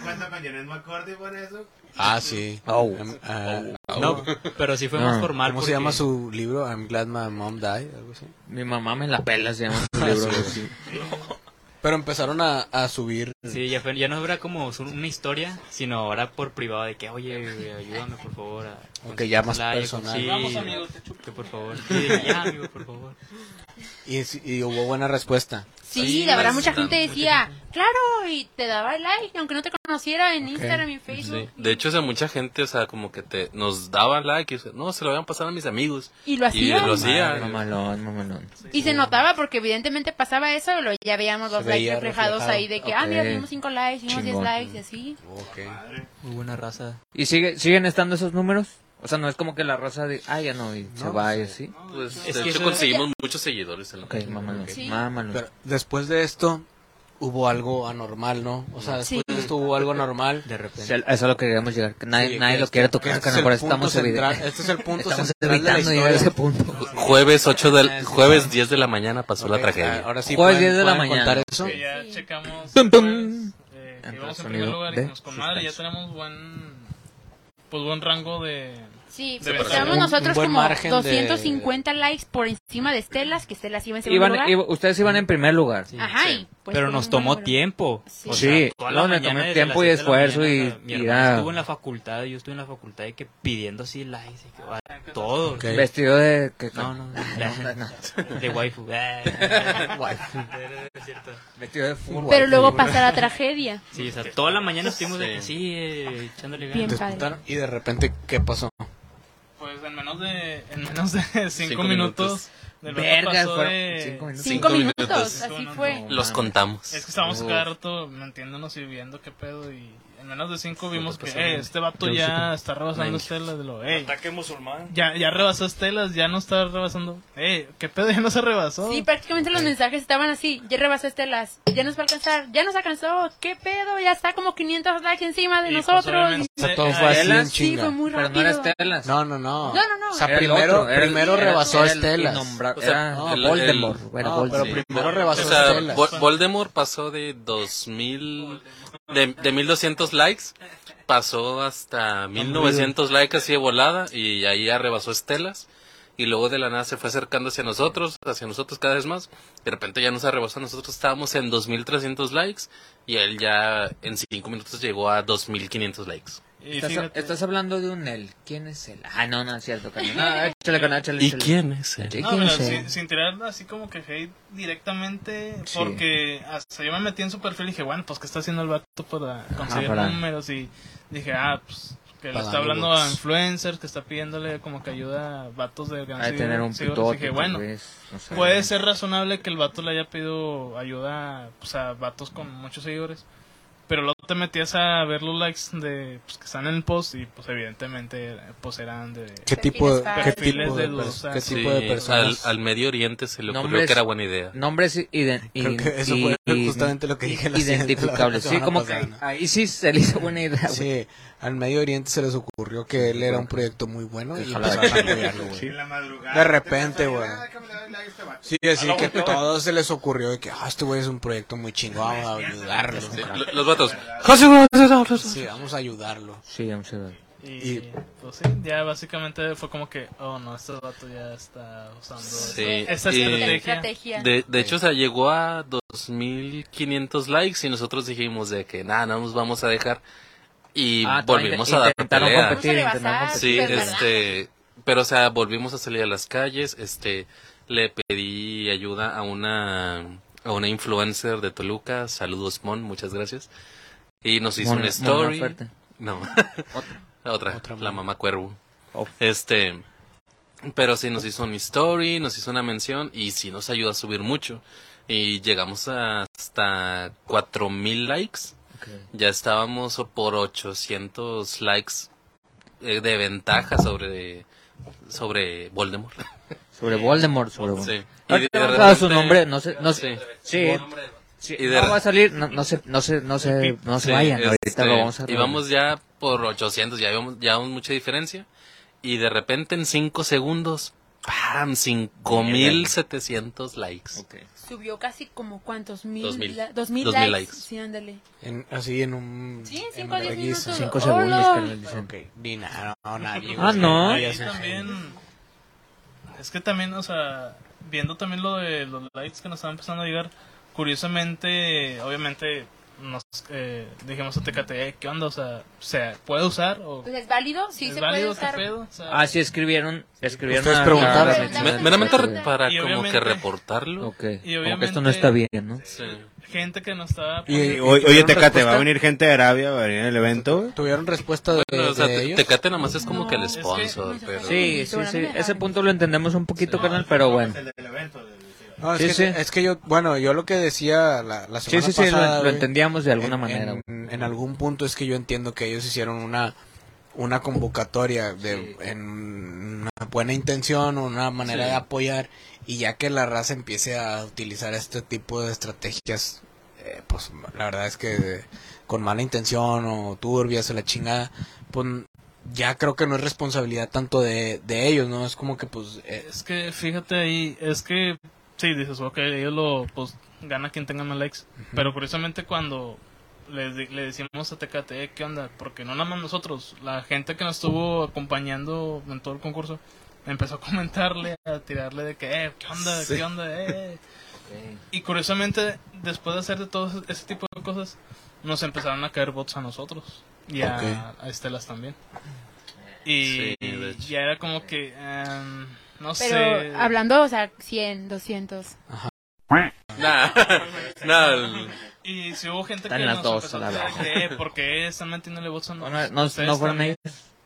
Ah, sí. Oh. Em, ah, no, Pero sí fue Ah, más formal. ¿cómo se porque- llama su libro? I'm glad my mom died, algo así. Mi mamá me la pela, se llama su libro. Sí. Pero empezaron a, a subir. Sí, ya, fue- ya no era como su- una historia, sino ahora por privado de que, oye, güey, ayúdame por favor. A Ok, ya más like, personal. Sí, Vamos, amigo, te chupo. que por favor. Sí, ya, amigo, por favor. Y, sí, y hubo buena respuesta. Sí, Sí, la verdad más- mucha gente decía, claro, y te daba like, aunque no te conociera en Instagram y Facebook. Sí. De hecho, o sea, mucha gente, o sea, como que te nos daba like y dice, no, se lo voy a pasar a mis amigos. Y lo Y hacían. lo hacía. Mamalón, mamalón. Y se notaba porque evidentemente pasaba eso, lo, ya veíamos Se los likes veía reflejados reflejado. ahí de que, ah, Ok. mira, tuvimos cinco likes, tuvimos diez Chingón. likes y así. Ok. Muy buena raza. ¿Y sigue, siguen estando esos números? O sea, no es como que la raza de, ah, ya no, y se va y así. Pues, Es de que hecho, eso- conseguimos muchos seguidores en la Ok, mamalón. Sí. Mamalón. Pero después de esto hubo algo anormal, ¿no? O sea, después Sí. de esto hubo algo anormal. De O repente. sea, eso es a lo que queremos llegar. Que nadie, Sí, nadie que lo este- quiere que tocar, este es carnal, el por eso punto estamos central- evitando. Este es el punto Estamos central de la evitando llegar a ese historia. punto. Jueves ocho del, jueves diez de la mañana pasó la Ok, tragedia. Ahora sí, Jueves pueden- diez de la pueden mañana. contar eso. Que ya Sí. checamos. Pum, pum. pues, eh, que Entra íbamos en el primer sonido lugar y de dijimos, con madre, ya suspenso. tenemos buen. Pues buen rango de. Sí, De pues, verdad. estábamos Un- nosotros un buen como margen de- doscientos cincuenta likes por encima de Estelas, que Estelas iba en segundo Iban, lugar. iba- ustedes iban en primer lugar. Sí. Ajá, y pues Pero fue nos un tomó buen número. tiempo. Sí. O Sí, sea, toda la no, me mañana tomé desde tiempo las y siete de la esfuerzo y- mañana, Mi y hermano era- estuvo en la facultad, yo estuve en la facultad y que pidiendo así likes. Y que, ah, todo. Ok. Vestido de... que- No, no, no, no. de waifu. Ah. Es cierto. Vestido de fútbol. Pero luego pasa la tragedia. Sí, o sea, toda la mañana estuvimos Sí. así, eh, echándole Bien ganas. padre. Disputaron, y de repente, ¿qué pasó? Pues en menos de. En menos de cinco, Cinco minutos. minutos. Del Vergas, pasó fueron de- cinco minutos. Cinco, Cinco minutos, minutos. así No, fue. no. Los contamos. Es que estábamos Uf. cada rato metiéndonos y viendo qué pedo y en menos de cinco vimos que, pasó, eh, ¿no? este vato Yo ya sí está rebasando estelas de lo, eh, Ataque musulmán. ya, ya rebasó estelas, ya no está rebasando, eh, ¿qué pedo? Ya no se rebasó. Sí, prácticamente los mensajes estaban así, ya rebasó estelas, ya nos va a alcanzar, ya nos alcanzó, ¿qué pedo? Ya está como quinientos likes encima de Y, pues, nosotros. obviamente, O sea, todo eh, fue así en Estelas, Sí, chinga. fue muy Pero rápido. no era Estelas. No, no, no. No, no, no. O sea, Era el primero, otro, era el- primero era- rebasó era el Estelas. innombra- O sea, era no, el- Voldemort. el- Era No, Voldemort. pero primero O rebasó sea, Estelas. Vo- Voldemort pasó de dos mil, de, de mil doscientos likes, pasó hasta mil novecientos likes así de volada, y ahí ya rebasó Estelas, y luego de la nada se fue acercando hacia nosotros, hacia nosotros cada vez más, de repente ya nos rebasó, nosotros estábamos en dos mil trescientos likes, y él ya en cinco minutos llegó a dos mil quinientos likes. Y Estás, fíjate, estás hablando de un él. ¿Quién es él? Ah, no, no es cierto, carnal. No, échale con échale, ¿Y échale. quién es él? ¿Y no, quién mira, es él? sin, sin tirar así como que hate directamente, Sí. porque hasta yo me metí en su perfil y dije, bueno, pues ¿qué está haciendo el vato para conseguir para- números? Y dije, ah, pues que le Para está hablando darle a votos. influencers, que está pidiéndole como que ayuda a vatos de Ha de tener un seguidores. pitote, Dije, tal bueno, vez, no sé. puede ser razonable que el vato le haya pedido ayuda, pues, a vatos con muchos seguidores. Pero luego te metías a ver los likes de pues, que están en el post y pues evidentemente pues eran de ¿Qué tipo de, Perfiles qué falsos. tipo de, Perfiles de pers- qué los- tipo de Sí, personas? al, al Medio Oriente se le ocurrió Nombres- que era buena idea. Nombres iden- Creo que eso y- fue y- justamente lo que dije la identificables. la Sí, semana como pasada, que ¿no? ahí sí se le hizo buena idea, güey. Sí, al Medio Oriente se les ocurrió que él era un proyecto muy bueno y Ojalá. empezaron a apoyarlo, güey. De repente, güey. Sí, así que todos se les ocurrió de que, ah, este güey es un proyecto muy chingón, vamos a ayudarlo. Sí, lo- los vatos. Sí, vamos a ayudarlo. Sí, vamos a ver. Y, Y- pues sí, ya básicamente fue como que, oh no, este vato ya está usando Sí, esta y- estrategia. Estrategia. De, de hecho, o sea, llegó a dos mil quinientos likes y nosotros dijimos de que nada, no nos vamos a dejar. Y Ah, volvimos inte- a dar intentaron pelea. competir, Vamos a intentaron rebasar. Sí, es verdad. este, pero o sea, volvimos a salir a las calles, este, le pedí ayuda a una, a una influencer de Toluca, saludos Mon, muchas gracias, y nos hizo Mon- una Mon story, Laferte. no, la otra, Otra la Mon. mamá Cuervo, Oh. este, pero sí nos hizo una story, nos hizo una mención y sí nos ayudó a subir mucho, y llegamos a hasta cuatro mil likes. Ya estábamos por ochocientos likes eh, de ventaja sobre sobre Voldemort. Sobre Voldemort, sobre Voldemort. Sí. Y Ahorita de vamos a dar su repente- nombre, no sé, no sé. Sí. Sí. Sí, Y de no re- va a salir, no, no se, no se, no se, no se Sí, vayan, ahorita este, lo vamos a y vamos ya por ochocientos, ya vemos, ya vemos mucha diferencia. Y de repente en cinco segundos, ¡pam! cinco mil setecientos likes. Subió casi como cuántos mil. Dos mil. la- Dos mil Dos mil likes. likes. Sí, ándale. En, así en un... Sí, en en cinco o diez vergüenza. minutos. Cinco Hola. segundos, carnal, dicen. Ok, ni nada, no, nadie. Ah, güey. no. ya Y sé. también, es que también, o sea, viendo también lo de los likes que nos estaban empezando a llegar, curiosamente, obviamente, nos eh, dijimos a Tecate, eh, ¿qué onda? O sea, ¿se puede usar? ¿O Pues es válido, sí ¿Es se válido? puede usar. ¿Qué pedo? O sea, Ah, sí, escribieron, escribieron Ustedes a- preguntaron. a- Sí. Me- meramente Sí. para Y como que obviamente- reportarlo. Ok, Y como que esto no obviamente- está bien, ¿no? Sí. gente que nos estaba... Y- Y, y oye, tuvieron Tecate, ¿va a respuesta. venir gente de Arabia? ¿Va a venir el evento? güey? ¿Tuvieron respuesta de, Bueno, o sea, de te- ellos? Tecate nada más es como No, que el es que- sponsor, pero... Sí, sí, sí, ese punto lo entendemos un poquito, carnal, pero bueno. No, es, Sí, que, sí. es que yo, bueno, yo lo que decía la, la Sí, semana sí, sí, lo, pasada, lo güey, entendíamos de alguna en, manera. En, en algún punto es que yo entiendo que ellos hicieron una una convocatoria de en una buena intención o una manera Sí. de apoyar, y ya que la raza empiece a utilizar este tipo de estrategias, eh, pues la verdad es que con mala intención o turbias o la chingada, pues ya creo que no es responsabilidad tanto de, de ellos, ¿no? Es como que pues... eh, Es que fíjate ahí, es que sí, dices, ok, ellos lo, pues gana quien tenga más likes, pero curiosamente cuando le, di- le decimos a Tecate, eh, ¿qué onda? Porque no nada más nosotros, la gente que nos estuvo acompañando en todo el concurso empezó a comentarle, a tirarle de que, eh, ¿qué onda? ¿Qué onda? Eh. Y curiosamente, después de hacer de todo ese tipo de cosas, nos empezaron a caer bots a nosotros y a, Ok. a Estelas también. Y Sí, de hecho. ya era como que, em, no sé. Pero hablando, o sea, cien, doscientos. Nah, nah, el- Y si hubo gente Están que las nos dos, empezó la a decir verdad. que, ¿por qué están metiéndole bots a No, no, no, ustedes no fueron también? ellos.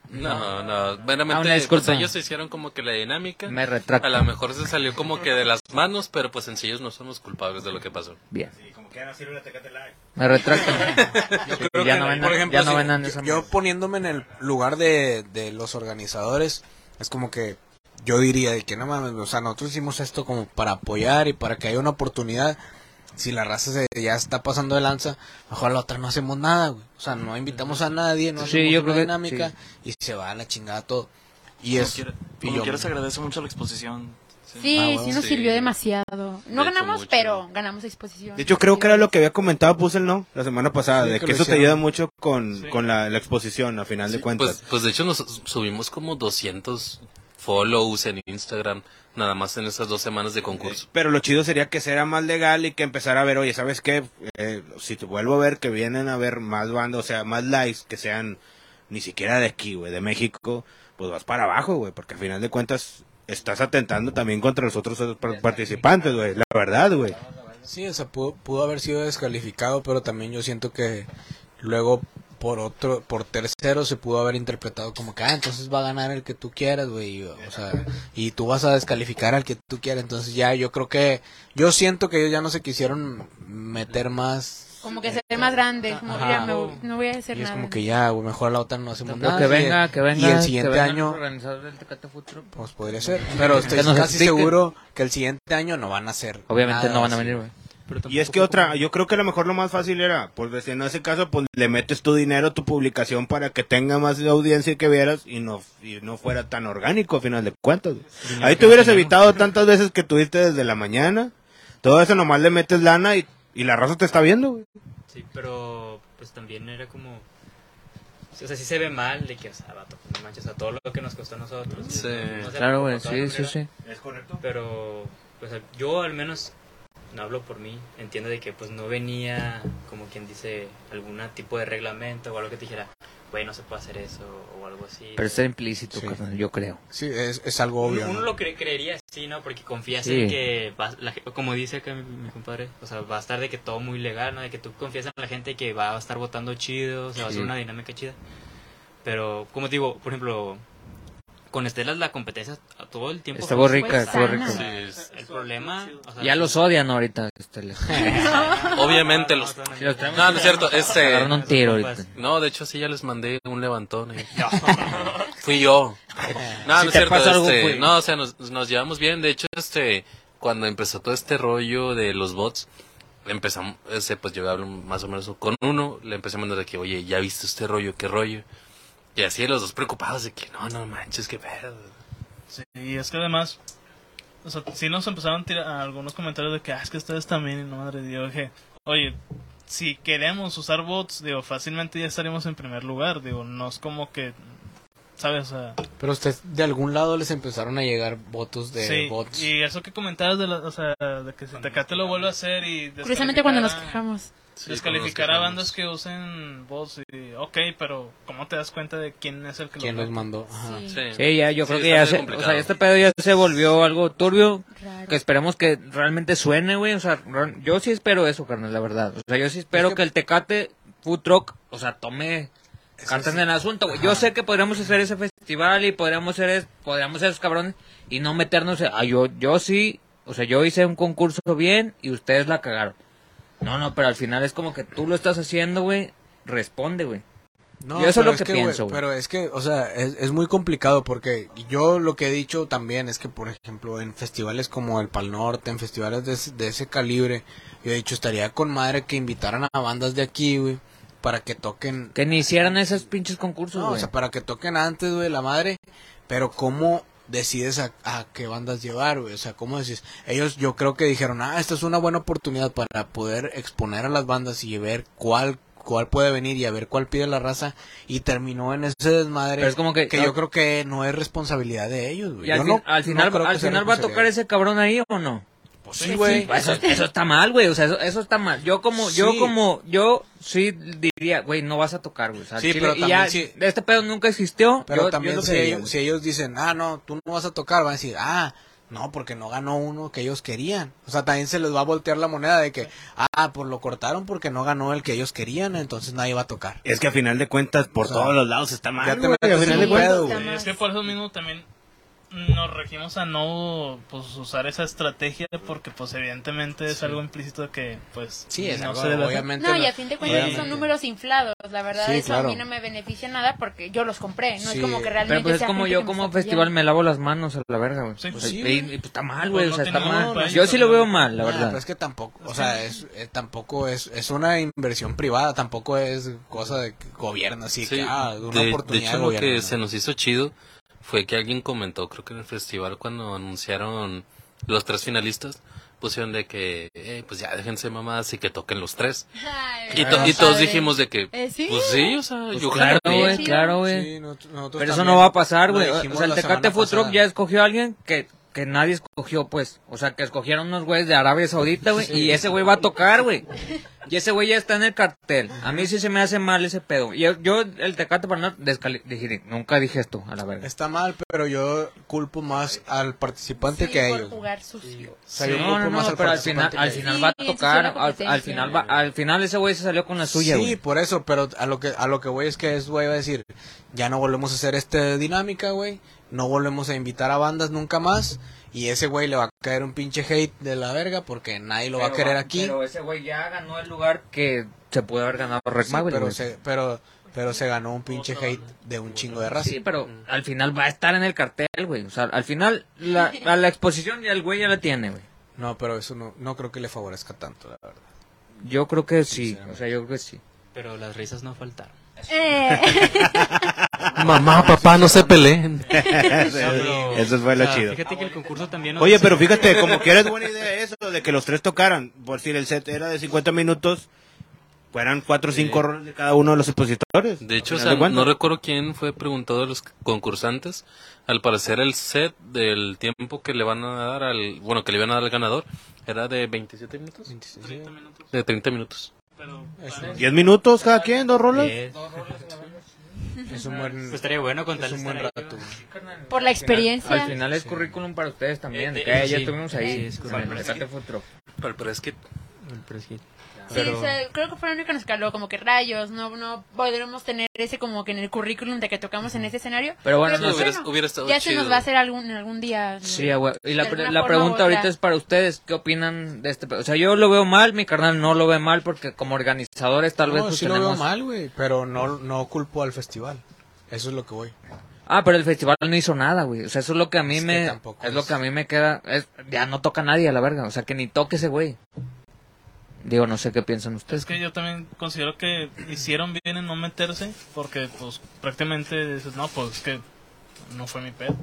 No, no, meramente, Ah, una pues disculpa. ellos hicieron como que la dinámica. Me retracto. A lo mejor se salió como que de las manos, pero pues en sí ellos no son los culpables de lo que pasó. Bien. Como que ya no sirve la Tecate Live. Me retracto. Yo creo ya que, no ven, por ejemplo, ya no si- ven yo, esa yo madre. poniéndome en el lugar de, de los organizadores, es como que yo diría de que no mames, o sea, nosotros hicimos esto como para apoyar y para que haya una oportunidad. Si la raza se, ya está pasando de lanza, mejor a la otra no hacemos nada, güey. O sea, no invitamos a nadie, no Sí, hacemos yo una creo que- dinámica sí. y se va a la chingada todo. Y Como es... quiera, y como yo- quiera se agradece mucho la exposición. Sí, Ah, bueno, sí nos sí. sirvió demasiado. No De hecho, ganamos, mucho. pero ganamos exposición. De hecho, creo que era lo que había comentado Puzzle, ¿no? La semana pasada, Sí, de que que lo eso te hicieron. ayuda mucho con, con la, la exposición, a final de cuentas. Pues, pues de hecho nos subimos como doscientos follows en Instagram, nada más en esas dos semanas de concurso. Pero lo chido sería que sea más legal y que empezara a ver, oye, ¿sabes qué? Eh, si te vuelvo a ver que vienen a ver más bandas, o sea, más lives que sean ni siquiera de aquí, güey, de México, pues vas para abajo, güey, porque al final de cuentas estás atentando también contra los otros par- participantes, güey, la verdad, güey. Sí, o sea, pudo, pudo haber sido descalificado, pero también yo siento que luego por otro, por tercero se pudo haber interpretado como que, ah, entonces va a ganar el que tú quieras, güey, o sea, y tú vas a descalificar al que tú quieras, entonces ya yo creo que, yo siento que ellos ya no se quisieron meter más. Como que ser más grande. Como, Ajá. mira, me voy- no voy a hacer Y es nada. como que ya, güey, mejor la otra no hacemos Pero nada. que y- venga, que venga. Y el que siguiente vengan año, los organizadores del Tecate Food Truck. pues podría ser, pero estoy Que nos casi expliquen. seguro que el siguiente año no van a hacer. Obviamente nada no van a así. venir, güey. Y es que otra, yo creo que a lo mejor lo más fácil era, pues en ese caso, pues le metes tu dinero a tu publicación para que tenga más audiencia y que vieras y no y no fuera tan orgánico a final de cuentas. güey. Ahí te hubieras evitado tantas veces que tuviste desde la mañana, todo eso nomás le metes lana y, y la raza te está viendo, güey. Sí, pero pues también era como... O sea, sí se ve mal de que, o sea, vato, no manches, a todo lo que nos costó a nosotros. Sí. No sé, Claro, por güey, toda sí, la sí, manera, sí. ¿Es correcto? Pero, pues yo al menos, no hablo por mí, entiendo de que pues no venía, como quien dice, algún tipo de reglamento o algo que te dijera, güey, no se puede hacer eso o algo así. Pero está implícito, Sí. carnal, yo creo. Sí, es, es algo obvio. Uno, uno ¿no? lo cre- creería, sí, ¿no? Porque confías Sí. en que, va, la ge- como dice acá mi, mi compadre, o sea, va a estar de que todo muy legal, ¿no? De que tú confías en la gente que va a estar votando chido, o sea, va a ser Sí. una dinámica chida. Pero, como te digo, por ejemplo, con Estelas la competencia a todo el tiempo Estuvo fue rica, estuvo sana. rica. Sí, es- el problema, o sea, Ya los odian ahorita. Este, les- obviamente los... Si los traemos- No, no es cierto, este... Agarraron un tiro ahorita. No, de hecho sí ya les mandé un levantón. eh. Fui yo. No, Si no es te cierto, pasa algo, este, fui. no, o sea, nos, nos llevamos bien. De hecho, este, cuando empezó todo este rollo de los bots, empezamos, ese, pues yo hablo más o menos con uno, le empecé a mandar de que, oye, ¿ya viste este rollo? ¿Qué rollo? Y así los dos preocupados de que, no, no manches, qué pedo. Sí, y es que además, o sea, sí nos empezaron a tirar algunos comentarios de que, ah, es que ustedes también, y no madre, y yo dije, oye, si queremos usar bots, digo, fácilmente ya estaríamos en primer lugar, digo, no es como que, ¿sabes? O sea, Pero usted, de algún lado les empezaron a llegar votos de sí, bots. y eso que comentabas de, la, o sea, de que si Tecate lo vuelve a hacer y Curiosamente cuando nos descalificar a- quejamos. Sí, descalificar cuando a nos bandas que usen bots, y, ok, pero ¿cómo te das cuenta de quién es el que ¿Quién lo los mandó? Ajá. Sí. quejamos. Sí, ya, yo Sí, creo que está ya muy se, o complicado. sea, este pedo ya se volvió algo turbio, Raro. que esperemos que realmente suene, güey, o sea, re- yo sí espero eso, carnal, la verdad, o sea, yo sí espero Es que... que- el Tecate Food Truck, o sea, tome cartas en el asunto, güey, yo sé que podríamos hacer ese festival y podríamos ser, es- podríamos ser esos cabrones y no meternos, a, ah, yo, yo sí, o sea, yo hice un concurso bien y ustedes la cagaron, no, no, pero al final es como que tú lo estás haciendo, güey, responde, güey. No, Yo eso es pero lo que güey, pienso, güey. Pero es que, o sea, es, es muy complicado porque yo lo que he dicho también es que, por ejemplo, en festivales como el Pal Norte, en festivales de, ese- de ese calibre, yo he dicho, estaría con madre que invitaran a bandas de aquí, güey, para que toquen... Que ni hicieran esos pinches concursos, No, güey. o sea, para que toquen antes, güey, la madre, pero ¿cómo decides a, a qué bandas llevar, güey? O sea, ¿cómo decís? Ellos yo creo que dijeron, ah, esta es una buena oportunidad para poder exponer a las bandas y ver cuál cuál puede venir y a ver cuál pide la raza, y terminó en ese desmadre Pero es como que- yo creo que no es responsabilidad de ellos, güey. Y al, Yo fin- no- al no final, creo que al sea final va a tocar responsabilidad. ese cabrón ahí o no. Pues sí, güey. Eso, eso está mal, güey. O sea, eso, eso está mal. Yo como, yo Sí. como, yo sí diría, güey, no vas a tocar, güey. O sea, Sí, Chile- pero y también ya, sí. este pedo nunca existió. Pero yo- yo también lo que si, diría, ellos, güey. si ellos dicen, ah, no, tú no vas a tocar, van a decir, ah, No, porque no ganó uno que ellos querían. O sea, también se les va a voltear la moneda de que, ah, pues lo cortaron porque no ganó el que ellos querían, entonces nadie va a tocar. Es que a final de cuentas, por O sea, todos los lados está mal, ya te güey, metes a final en de un cuentas. pedo, Está güey. Y mal. es que por eso mismo también nos regimos a no pues usar esa estrategia porque pues evidentemente es algo implícito de que pues Sí, es no algo, se debe hacer. obviamente. No, y no- a fin de cuentas obviamente. son números inflados, la verdad Sí, eso a claro. mí no me beneficia nada porque yo los compré, no Sí. es como que Pero realmente pues es sea como gente yo que me como está festival apoyando. me lavo las manos a la verga, güey. Sí, Pues pues sí, y, güey. y, pues está mal, Pues güey, no o sea, está tiene mal. nada para Yo ellos, sí lo veo ¿no? mal, la Ah, verdad. pero es que tampoco, o sea, es, eh, tampoco es, es una inversión privada, tampoco es cosa de gobierno, así Sí, que, ah, de una de, de oportunidad hecho de lo gobierno, que ¿no? se nos hizo chido fue que alguien comentó, creo que en el festival cuando anunciaron los tres finalistas, pusieron de que, eh, pues ya déjense mamadas y que toquen los tres. Ay, Y, verdad, to- y todos padre. dijimos de que, Eh, sí. pues sí, o sea, Pues yo claro, jalaría. güey, chido. claro, güey. Sí, nosotros- nosotros Pero eso también no va a pasar, lo güey. O dijimos sea, el la Tecate semana Food Truck pasada. ya escogió a alguien que, que nadie escogió, pues. O sea, que escogieron unos güeyes de Arabia Saudita, güey. Y ese güey va a tocar, güey. Y ese güey ya está en el cartel. A mí sí se me hace mal ese pedo. Y yo, yo el Tecate para no descali- dije, nunca dije esto, a la verga. Está mal, pero yo culpo más al participante Sí, que a por ellos. jugar sucio. O sea, yo No, culpo no, más no, al pero al final, participante al que a final Sí, va a ensució tocar, la al, al competencia. final va, al final ese güey se salió con la suya, Sí, güey. por eso, pero a lo que a lo que voy es que es güey va a decir, ya no volvemos a hacer esta dinámica, güey, no volvemos a invitar a bandas nunca más y ese güey le va a caer un pinche hate de la verga porque nadie lo va a Pero querer aquí. Pero ese güey ya ganó el lugar que se pudo haber ganado Rec Sí, Maverick, pero güey. se pero pero se ganó un pinche hate de un chingo de raza. Sí, pero al final va a estar en el cartel, güey. O sea, al final la, a la exposición ya el güey ya la tiene, güey. No, pero eso no no creo que le favorezca tanto, la verdad. Yo creo que sí, o sea, yo creo que sí. Pero las risas no faltaron. Eh, Mamá, papá, no se peleen. Eso fue lo O sea, chido. Fíjate que el concurso también nos Oye, decía- pero fíjate, como que eres buena idea eso, de que los tres tocaran. Por si el set era de cincuenta minutos, fueran cuatro o cinco roles de cada uno de los expositores. De hecho, o Al sea, final de no cuentas. recuerdo quién fue preguntado de los concursantes. Al parecer el set del tiempo que le van a dar al, bueno, que le iban a dar al ganador era de veintisiete minutos. De treinta minutos. diez minutos cada quien, dos roles. Diez. Es un buen Pues estaría bueno con tal es un buen estar ahí, rato. por la experiencia. Al final es currículum para ustedes también. Eh, que eh, ya sí, estuvimos sí, ahí. es con correcto. el Tecate Food Truck. Pero, pero es que el press hit. Sí, o sea, creo que fue el único que nos caló, como que rayos, no no podremos tener ese como que en el currículum de que tocamos en ese escenario. Pero bueno, Sí, no sé. hubiera, hubiera estado ya se chido. nos va a hacer algún algún día. Sí, ah, güey. Y la, De pre- alguna la forma u pregunta otra. ahorita es para ustedes. ¿Qué opinan de este pedo? O sea, yo lo veo mal, mi carnal no lo ve mal porque como organizadores tal vez No, pues, sí lo tenemos... veo mal, güey, pero no no culpo al festival. Eso es lo que voy. Ah, pero el festival no hizo nada, güey. O sea, eso es lo que a mí Es que me... tampoco es es- lo que a mí me queda... Es, ya no toca a nadie a la verga. O sea, que ni toque ese güey. Digo, no sé qué piensan ustedes. Es que yo también considero que hicieron bien en no meterse, porque pues prácticamente dices, no, pues es que no fue mi pedo.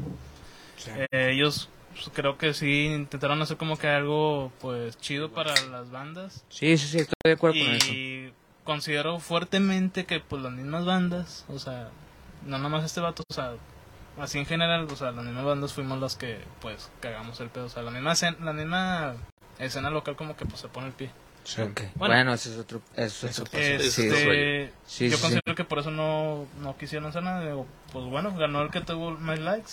Eh, ellos pues, creo que sí intentaron hacer como que algo pues chido para las bandas Sí, sí, sí, estoy de acuerdo con eso. y considero fuertemente que pues las mismas bandas, o sea, no nomás este vato, o sea, así en general, o sea, las mismas bandas fuimos las que pues cagamos el pedo, o sea, la misma escena, la misma escena local como que pues se pone el pie. Ok. Bueno. Bueno, ese es otro... Eso es otro... Este, sí, sí, yo sí, considero sí. que por eso no, no quisieron hacer nada. Digo, pues bueno, ganó el que tuvo más likes.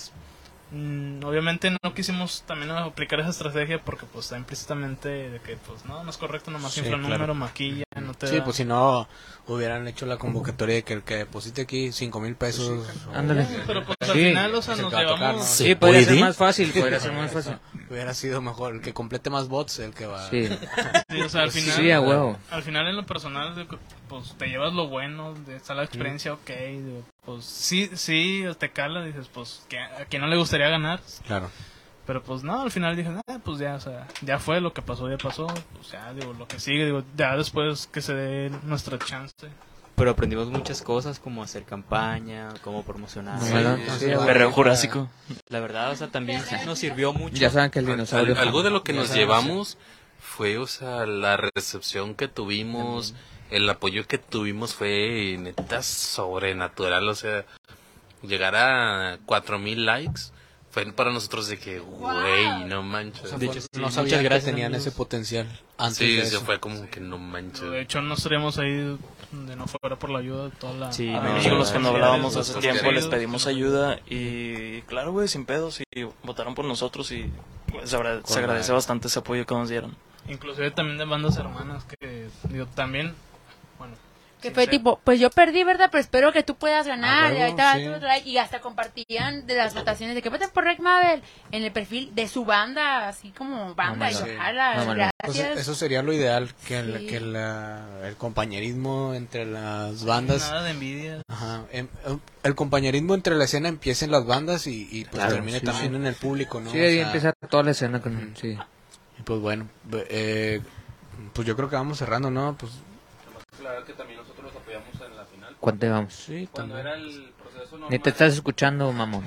Mm, obviamente no quisimos también aplicar esa estrategia porque pues está implícitamente de que pues no, no es correcto, nomás Sí, infla el claro. número, maquilla, no te Sí, da- pues si no hubieran hecho la convocatoria de que el que deposite aquí cinco mil pesos. o- Ándale. Pero pues Sí. al final, o sea, Es el nos que va a tocar, llevamos... ¿no? Sí, podría ser ¿Puede? más fácil, podría ser más fácil. Hubiera sido mejor el que complete más bots, el que va. Sí, Sí, o sea, al final, sí, a huevo. al final en lo personal, de que, pues te llevas lo bueno, de está la experiencia, ok, digo, pues sí, sí, te cala, dices, pues que a quien no le gustaría ganar, Claro. pero pues no, al final dije, ah, pues ya, o sea, ya fue, lo que pasó, ya pasó, pues ya, digo, lo que sigue, digo, ya después que se dé nuestra chance. Pero aprendimos muchas cosas como hacer campaña, cómo promocionar. Sí, Sí, sí, sí, a Perreo huevo. jurásico. La verdad, o sea, también nos sirvió mucho. Ya saben que el dinosaurio... Al- algo de lo que Ya nos sabemos, llevamos fue, o sea, la recepción que tuvimos, el apoyo que tuvimos fue neta sobrenatural, o sea, llegar a cuatro mil likes fue para nosotros de que, güey, no manches. O sea, De fue- hecho, sí, no muchas sabían que gracias, tenían amigos. ese potencial antes Sí, de se eso. fue como que no manches. De hecho, no estaríamos ahí de no fuera por la ayuda de toda la... Sí, la no, amigos, Con los que no hablábamos los hace que tiempo les queridos, pedimos ayuda y claro, güey, sin pedos y votaron por nosotros y pues agra- se agradece bastante ese apoyo que nos dieron. Inclusive también de bandas hermanas que, digo, también, bueno. Que sin fue ser- tipo, pues yo perdí, ¿verdad? Pero espero que tú puedas ganar. Ah, y, ahí huevo, estaba sí. tu like, y hasta compartían de las votaciones de que voten por Rick Mabel en el perfil de su banda, así como banda. Mamalo. Y ojalá, Mamalo. Entonces, gracias. eso sería lo ideal, que, el, Sí. que la- el compañerismo entre las bandas, Nada de envidia. ajá, em- em- el compañerismo entre la escena empiece en las bandas y, y, pues Claro, termine sí, también sí. en el público, ¿no? Sí, O ahí sea, empieza toda la escena con... Sí. y pues bueno, be- eh, pues yo creo que vamos cerrando, ¿no? Pues Claro que también nosotros los apoyamos en la final. ¿Cuánto vamos? sí, Cuando también. era el proceso normal. Ni te estás escuchando, mamón.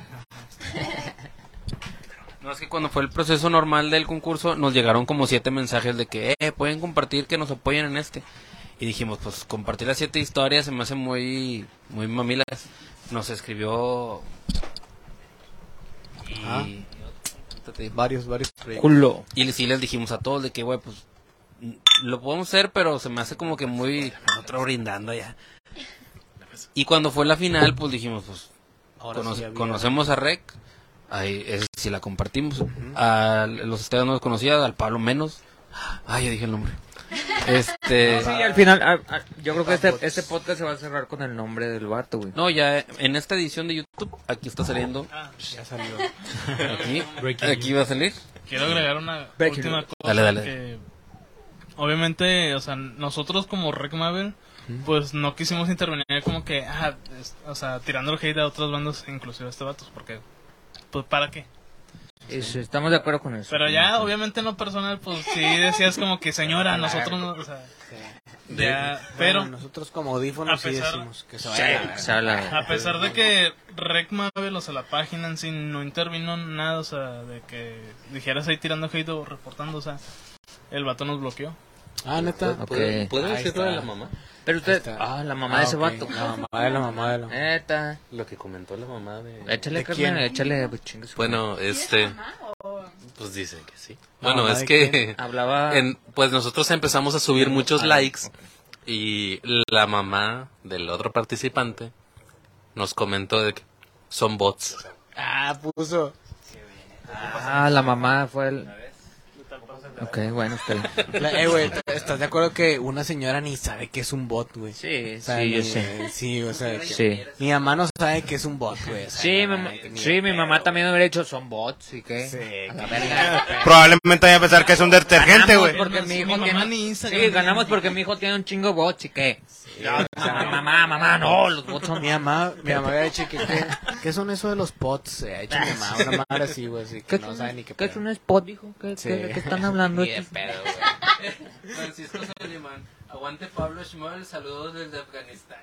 No, es que cuando fue el proceso normal del concurso nos llegaron como siete mensajes de que, eh, pueden compartir, que nos apoyen en este. Y dijimos, pues compartir las siete historias se me hace muy, muy mamilas. Nos escribió... Y... Ah. y- Varios, varios proyectos. Culo. Y sí les dijimos a todos de que, güey, pues mm, lo podemos hacer, pero se me hace como que muy... Nosotros brindando ya. Y cuando fue la final, pues dijimos, pues Ahora cono- sí había- conocemos a Rec, ahí ese sí la compartimos. A los estados no los conocía, al Pablo menos. Ay, ya dije el nombre. Este... Sí, al final, ah, ah, yo creo que este, este podcast se va a cerrar con el nombre del vato, güey. No, ya en esta edición de YouTube, aquí está saliendo. Ya salió. Aquí, aquí va a salir. Quiero agregar una Breaking última news. cosa. Dale, dale. Que, obviamente, o sea, nosotros como Rick Mabel, pues no quisimos intervenir como que, ah, es- o sea, tirando el hate a otras bandas, inclusive a este vatos, porque, pues, ¿para qué? Eso, estamos de acuerdo con eso. Pero ya, obviamente, en lo personal, pues sí decías como que, señora, nosotros no, o sea, ya, pero... Bueno, nosotros como audífonos a sí pesar- decimos que se vaya a la Se habla- A pesar de que Rec Mabel, o sea, la página en sí no intervino nada, o sea, de que dijeras ahí tirando hate o reportando, o sea, el vato nos bloqueó. Ah, neta. Ok. ¿Puedo, ¿puedo Ahí decirlo de está. la mamá? Pero usted... está. Ah, la mamá Ah, de ese ok. vato. La mamá de la mamá de la Neta. Lo que comentó la mamá de... Échale, ¿De carnal, quién? échale, pues, chingue su Bueno, este... Pues dicen que sí. Bueno, mamá es de que... quién? madre. Hablaba... en- pues nosotros empezamos a subir muchos likes y la mamá del otro participante nos comentó de que son bots. Ah, puso. Ah, la mamá fue el... Ok, bueno, espera. La- Eh, güey, ¿estás de acuerdo que una señora ni sabe que es un bot, güey? Sí, O sea, sí, yo ni- sé. Sí, o sea, que- Sí. mi mamá no sabe que es un bot, güey. o sea, Sí, no, mi, ma- ni- sí, mi mamá también me hubiera dicho, son bots, ¿y qué? Sí, A la verga. Probablemente vaya a pensar que es un detergente, güey. Porque mi Mi hijo mamá tiene... ni Instagram. Sí, ganamos porque mi hijo tiene un chingo de bots, ¿y qué? O sea, mamá, mamá, no, los bots son... Mi mamá, mi mamá había dicho que, ¿qué, ¿qué son eso de los pots? Se ha hecho mi mamá, una madre así, güey, así que ¿Qué, no es sabe un- ni qué ¿Qué es pedo. un spot, hijo? ¿Qué, Sí. qué, qué están hablando? Ni de estos? pedo, güey. Francisco Solimán, aguante Pablo Schmoll, saludos desde Afganistán.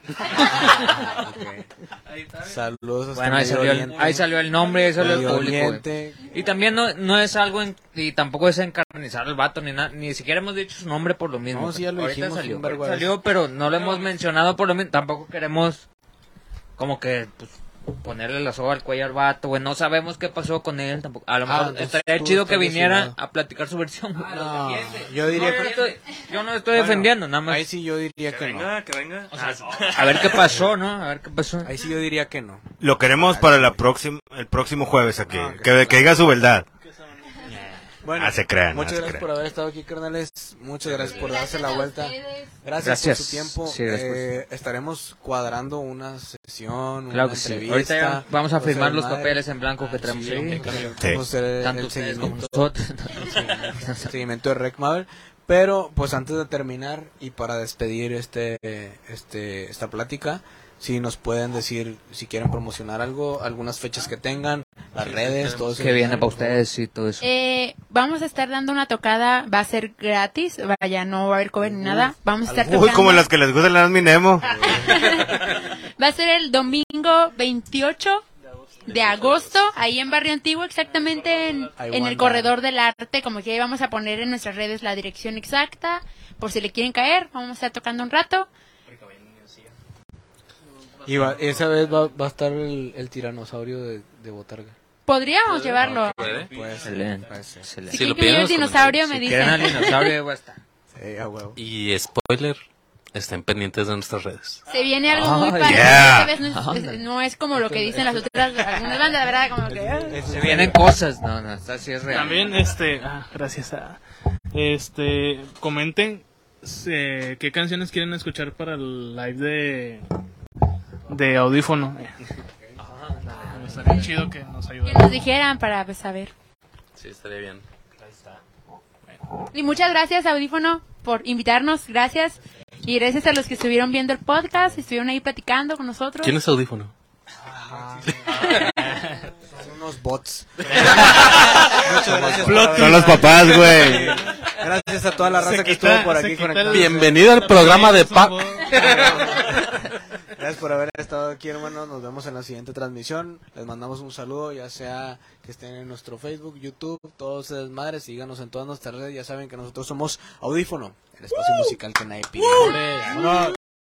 Ahí está. Saludos hasta Bueno, ahí Medio salió, el, Oriente. ahí salió el nombre, ahí salió el Medio público, güey. Oriente. Y también no, no es algo, en- y tampoco es encarnizar al vato, ni nada, ni siquiera hemos dicho su nombre por lo mismo. No, sí, ya lo Ahorita dijimos salió, un vergo ahorita de salió, pero no lo hemos mencionado por lo mismo. Tampoco queremos como que pues, ponerle la soga al cuello al vato, güey. No sabemos qué pasó con él tampoco. A lo Ah, mejor entonces estaría tú chido que estás viniera lesionado. a platicar su versión, güey. No, yo No, diría yo, no que... estoy, yo no estoy Bueno, defendiendo, nada más. Ahí sí yo diría que no. Venga, que venga. A ver qué pasó, ¿no? A ver qué pasó. Ahí sí yo diría que no. Lo queremos para la próxima, el próximo jueves aquí. Que, que diga su verdad. Bueno, Ah, se crean, muchas ah, se gracias crean. por haber estado aquí, carnales. Muchas gracias por darse la vuelta. Gracias, Gracias. por su tiempo. Sí, gracias. Eh, estaremos cuadrando una sesión, Claro una que sí. entrevista. Ahorita ya vamos a o sea, firmar los madre. papeles en blanco que Ah, traemos sí, ahí. también Sí. vamos a hacer el, Tanto el ustedes como seguimiento, nosotros. seguimiento de Rec Mabel. Pero, pues antes de terminar y para despedir este, este, esta plática, si nos pueden decir si quieren promocionar algo, algunas fechas que tengan, las redes, todo eso. Que viene para ustedes y todo eso. Eh, vamos a estar dando una tocada, va a ser gratis, vaya, no va a haber cover ni nada. Vamos a estar Uy, tocando. como las que les gustan las Minemo. Va a ser el domingo veintiocho de agosto, ahí en Barrio Antiguo, exactamente en, Ahí en el wanda. corredor del arte, como que ahí vamos a poner en nuestras redes la dirección exacta, por si le quieren caer, vamos a estar tocando un rato. Y va- esa vez va, va a estar el, el tiranosaurio de, de Botarga. Podríamos llevarlo. ¿Puede? Puede ser, Excelente. puede ser. Si excelente. Sí, quieren lo que lleve piden el los dinosaurio, me Si quieren al dicen. dinosaurio, ya va a estar. Sí, a huevo. Y spoiler, estén pendientes de nuestras redes. Se viene algo muy Ay, padre. yeah. Esta vez no es, es- no es como lo que dicen las otras algunas bandas, ¿verdad? Como que... ah. Se vienen cosas. No, no, esta sí es real. También, este, ah, gracias a, este, comenten eh, qué canciones quieren escuchar para el live de, de audífono. Eh, Estaría chido que nos Que ayudaran. nos dijeran para pues, saber. Sí, estaría bien. Y muchas gracias, Audífono, por invitarnos. Gracias. Y gracias a los que estuvieron viendo el podcast, estuvieron ahí platicando con nosotros. ¿Quién es Audífono? Son unos bots. Son los papás, güey. Gracias a toda la raza Se que quita- estuvo por se aquí quita conectada. el- Bienvenido al programa de Pa... Gracias por haber estado aquí, hermanos. Nos vemos en la siguiente transmisión. Les mandamos un saludo, ya sea que estén en nuestro Facebook, YouTube, todos ese desmadre. Síganos en todas nuestras redes. Ya saben que nosotros somos Audífono, el espacio musical que nadie pide. ¡Vámonos!